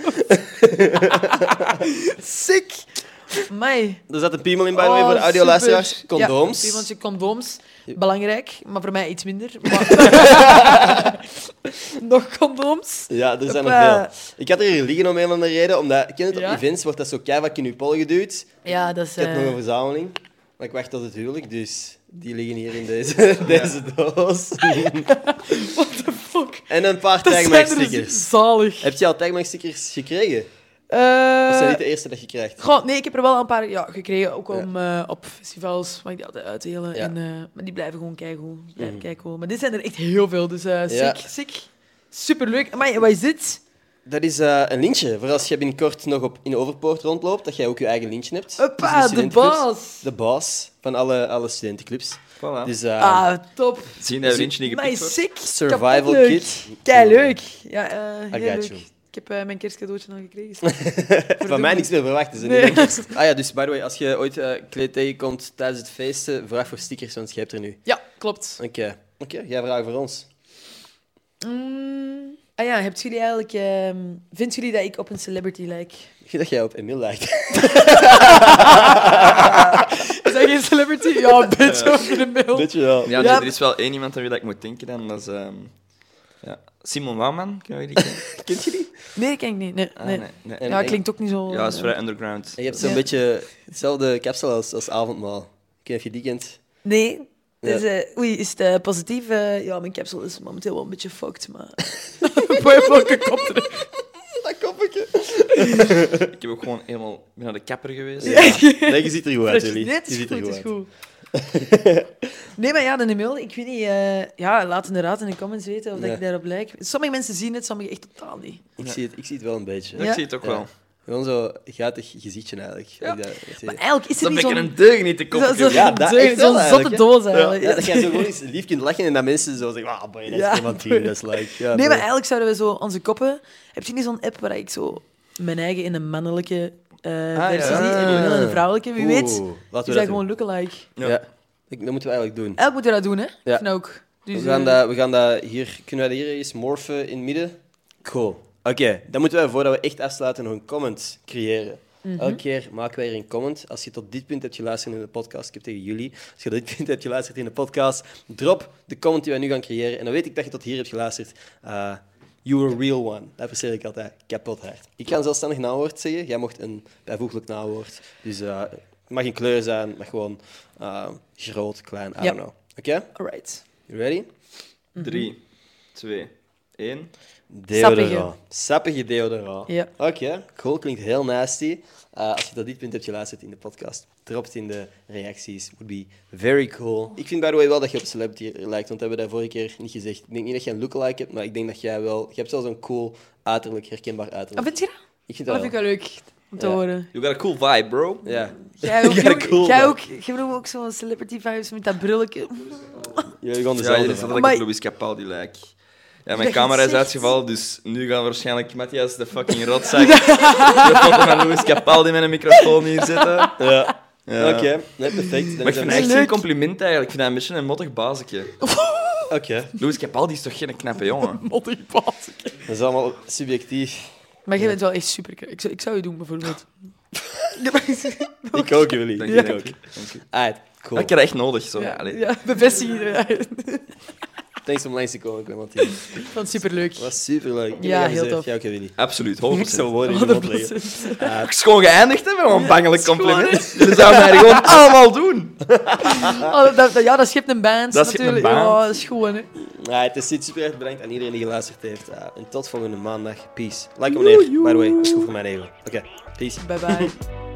Sick. Mai. Er zat een piemel in, by the way, voor de audioluisteraars. Condooms. Ja, iemandje condooms. Belangrijk, maar voor mij iets minder. Maar... nog condooms. Ja, er zijn nog Hoppa. veel. Ik had er hier liggen om een of andere reden, omdat ken je het, op Ja? events wordt dat zo keivak in je pol geduwd. Ja, dat is... Ik heb nog eh, een verzameling, maar ik wacht tot het huwelijk, dus die liggen hier in deze, deze doos. What the fuck? En een paar Dat TagMac zijn er stickers. zalig. Heb je al TagMac stickers gekregen? Uh, Dat zijn niet de eerste dat je krijgt. Goh, nee, ik heb er wel een paar ja, gekregen, ook om, uh, op festivals, mag ik die altijd uitdelen. Ja. En, uh, maar die blijven gewoon keigoed. Die blijven Mm. keigoed. Maar dit zijn er echt heel veel, dus uh, sick, Ja. sick. Superleuk. Maar wat is dit? Dat is uh, een lintje, voor als je binnenkort nog op, in Overpoort rondloopt, dat jij ook je eigen lintje hebt. Hoppa, Dus de studentenclubs. baas. De baas van alle, alle studentenclubs. Voilà. Dus uh, Ah, top. Zie je dat lintje niet Maar gepikt wordt? sick. survival kapot leuk. kit. Kei leuk. Ja, uh, I heel got leuk. you. Ik heb uh, mijn kerstcadeautje al gekregen. Van mij niks meer verwacht. Dus Nee. nee. Ah ja, dus by the way, als je ooit uh, kleed tegenkomt tijdens het feesten, vraag voor stickers, want je hebt er nu. Ja, klopt. Oké, okay. Oké, jij vraagt voor ons. Mm, ah ja, hebt jullie eigenlijk... Uh, vindt jullie dat ik op een celebrity lijk? Ik vind dat jij op Emil lijkt. Is dat geen celebrity? Ja, een beetje over de mail. Beetje wel. Ja, Ja. nee, er is wel één iemand aan wie dat ik moet denken dan. Dat is ehm, ja. Simon Wouwman. Ken je die kennen? Kent je die? Nee, dat ken ik niet. Nee, Ah, nee. nee, nee. En- Ja, klinkt ook niet zo... Ja, dat is vrij underground. En je hebt zo'n Ja. beetje hetzelfde kapsel als, als avondmaal. Ik weet niet of je die kent. Nee. Ja. Dus, eh, oei, is het eh, positief? Eh, ja, mijn capsule is momenteel wel een beetje fucked, maar... Boy, welke kop terug. Dat koppetje. Ik heb ook gewoon helemaal ik ben naar de kapper geweest. Nee, je ziet er goed uit, jullie. Nee, het Je is ziet goed, er het is uit. goed. Nee, maar ja, de mail, ik weet niet... eh, ja, laat inderdaad in de comments weten of dat Ja. ik daarop lijk. Sommige mensen zien het, sommige echt totaal niet. Ik, zie het, ik zie het wel een beetje. Ja, Ja. Ik zie het ook Ja. wel. Gewoon zo gatig gezichtje eigenlijk. Ja. Ik dat- dat- Maar eigenlijk is er Dat niet ben ik zo'n... een deug niet te Zo- kop. zo- Ja, dat zo'n- echt wel Zo'n eigenlijk, zotte hè. doos Ja, eigenlijk. ja, dat jij zo gewoon eens lief kunt lachen en dat mensen zo zeggen, ah, boy, dat is Ja, iemand hier, dat is like... Ja, Nee, boy. maar eigenlijk zouden we zo onze koppen... Heb je niet zo'n app waar ik zo mijn eigen in een mannelijke eh ja. versie zie en in een vrouwelijke? Wie weet, Oeh, is laten we dat dat gewoon doen. lookalike. Ja. Ja. Ik- dat moeten we eigenlijk doen. Eigenlijk moeten we dat doen, hè? Ja. Ik vind ook. Dus, We gaan, eh, dat, we gaan dat hier... Kunnen wij dat hier eens morfen in het midden? Cool. Oké, dan moeten wij, voordat we echt afsluiten, nog een comment creëren. Mhm. Elke keer maken wij hier een comment. Als je tot dit punt hebt geluisterd in de podcast, ik heb tegen jullie, als je tot dit punt hebt geluisterd in de podcast, drop de comment die wij nu gaan creëren. En dan weet ik dat je tot hier hebt geluisterd. Uh, you were a real one. Dat apprecieer ik altijd kapot hard. Ik ga een zelfstandig naamwoord zeggen. Jij mocht een bijvoeglijk naamwoord. Dus uh, het mag geen kleur zijn, maar gewoon uh, groot, klein, I Ja. don't know. Oké? Alright. You ready? Drie, twee, één. Deodorant. Sappige deodorant. Ja. Oké, cool. Klinkt heel nasty. Uh, als je tot dit punt hebt geluisterd in de podcast, drop het in de reacties. Would be very cool. Ik vind by the way wel dat je op celebrity lijkt, want dat hebben we dat vorige keer niet gezegd. Ik denk niet dat je een lookalike hebt, maar ik denk dat jij wel... Je hebt zelfs een cool uiterlijk, herkenbaar Oh, uiterlijk. vind je dat? Ik vind Dat dat vind wel. ik wel leuk om te Ja. horen. You got a cool vibe, bro. Ja. Jij ook, Ja, jij cool, jij man. ook, jij hebt ook zo'n celebrity vibes met dat brilletje. Jullie gaan Ja, dezelfde jullie van. dat ik Maar- op Louis Capaldi lijk. Ja, mijn Dat je camera is zegt. uitgevallen, dus nu gaan we waarschijnlijk Matthias de fucking rotzak de foto van Louis Capaldi met een microfoon hier zetten. Ja. Ja. Oké, nee, perfect. Dan Maar ik zijn vind we- het echt Leuk. geen compliment eigenlijk. Ik vind dat een beetje een mottig bazetje. Oké, Louis Capaldi is toch geen knappe jongen? Mottig paas. dat is allemaal subjectief. Maar jij bent wel echt super. Ik zou, ik zou je doen, bijvoorbeeld. Ik ook, jullie. Dank Ik je, ook. dank je. dank je. Alright, cool. Ik heb dat echt nodig. Zo. Ja, Allee. ja, bevestig je. Thanks om langs te komen, Clementine. Ik vond het superleuk. Dat was superleuk. Ja, heel tof. Jij ook, Willy. Absoluut, Ik moet honderd zo procent. woorden in de mond leggen. honderd procent. Uh, Ik is gewoon geëindigd hè, met een bangelijk Ja, het is gewoon, compliment. Jullie zouden mij gewoon allemaal doen. Oh, dat, dat- ja, dat schept een band. Dat schept een natuurlijk. band. Ja, dat is gewoon, hè. ja, het is super erg bedankt aan iedereen die geluisterd heeft. Uh, en tot volgende maandag. Peace. Like hem neer. By the way, dat is goed voor mijn ego. Oké, peace. Bye bye.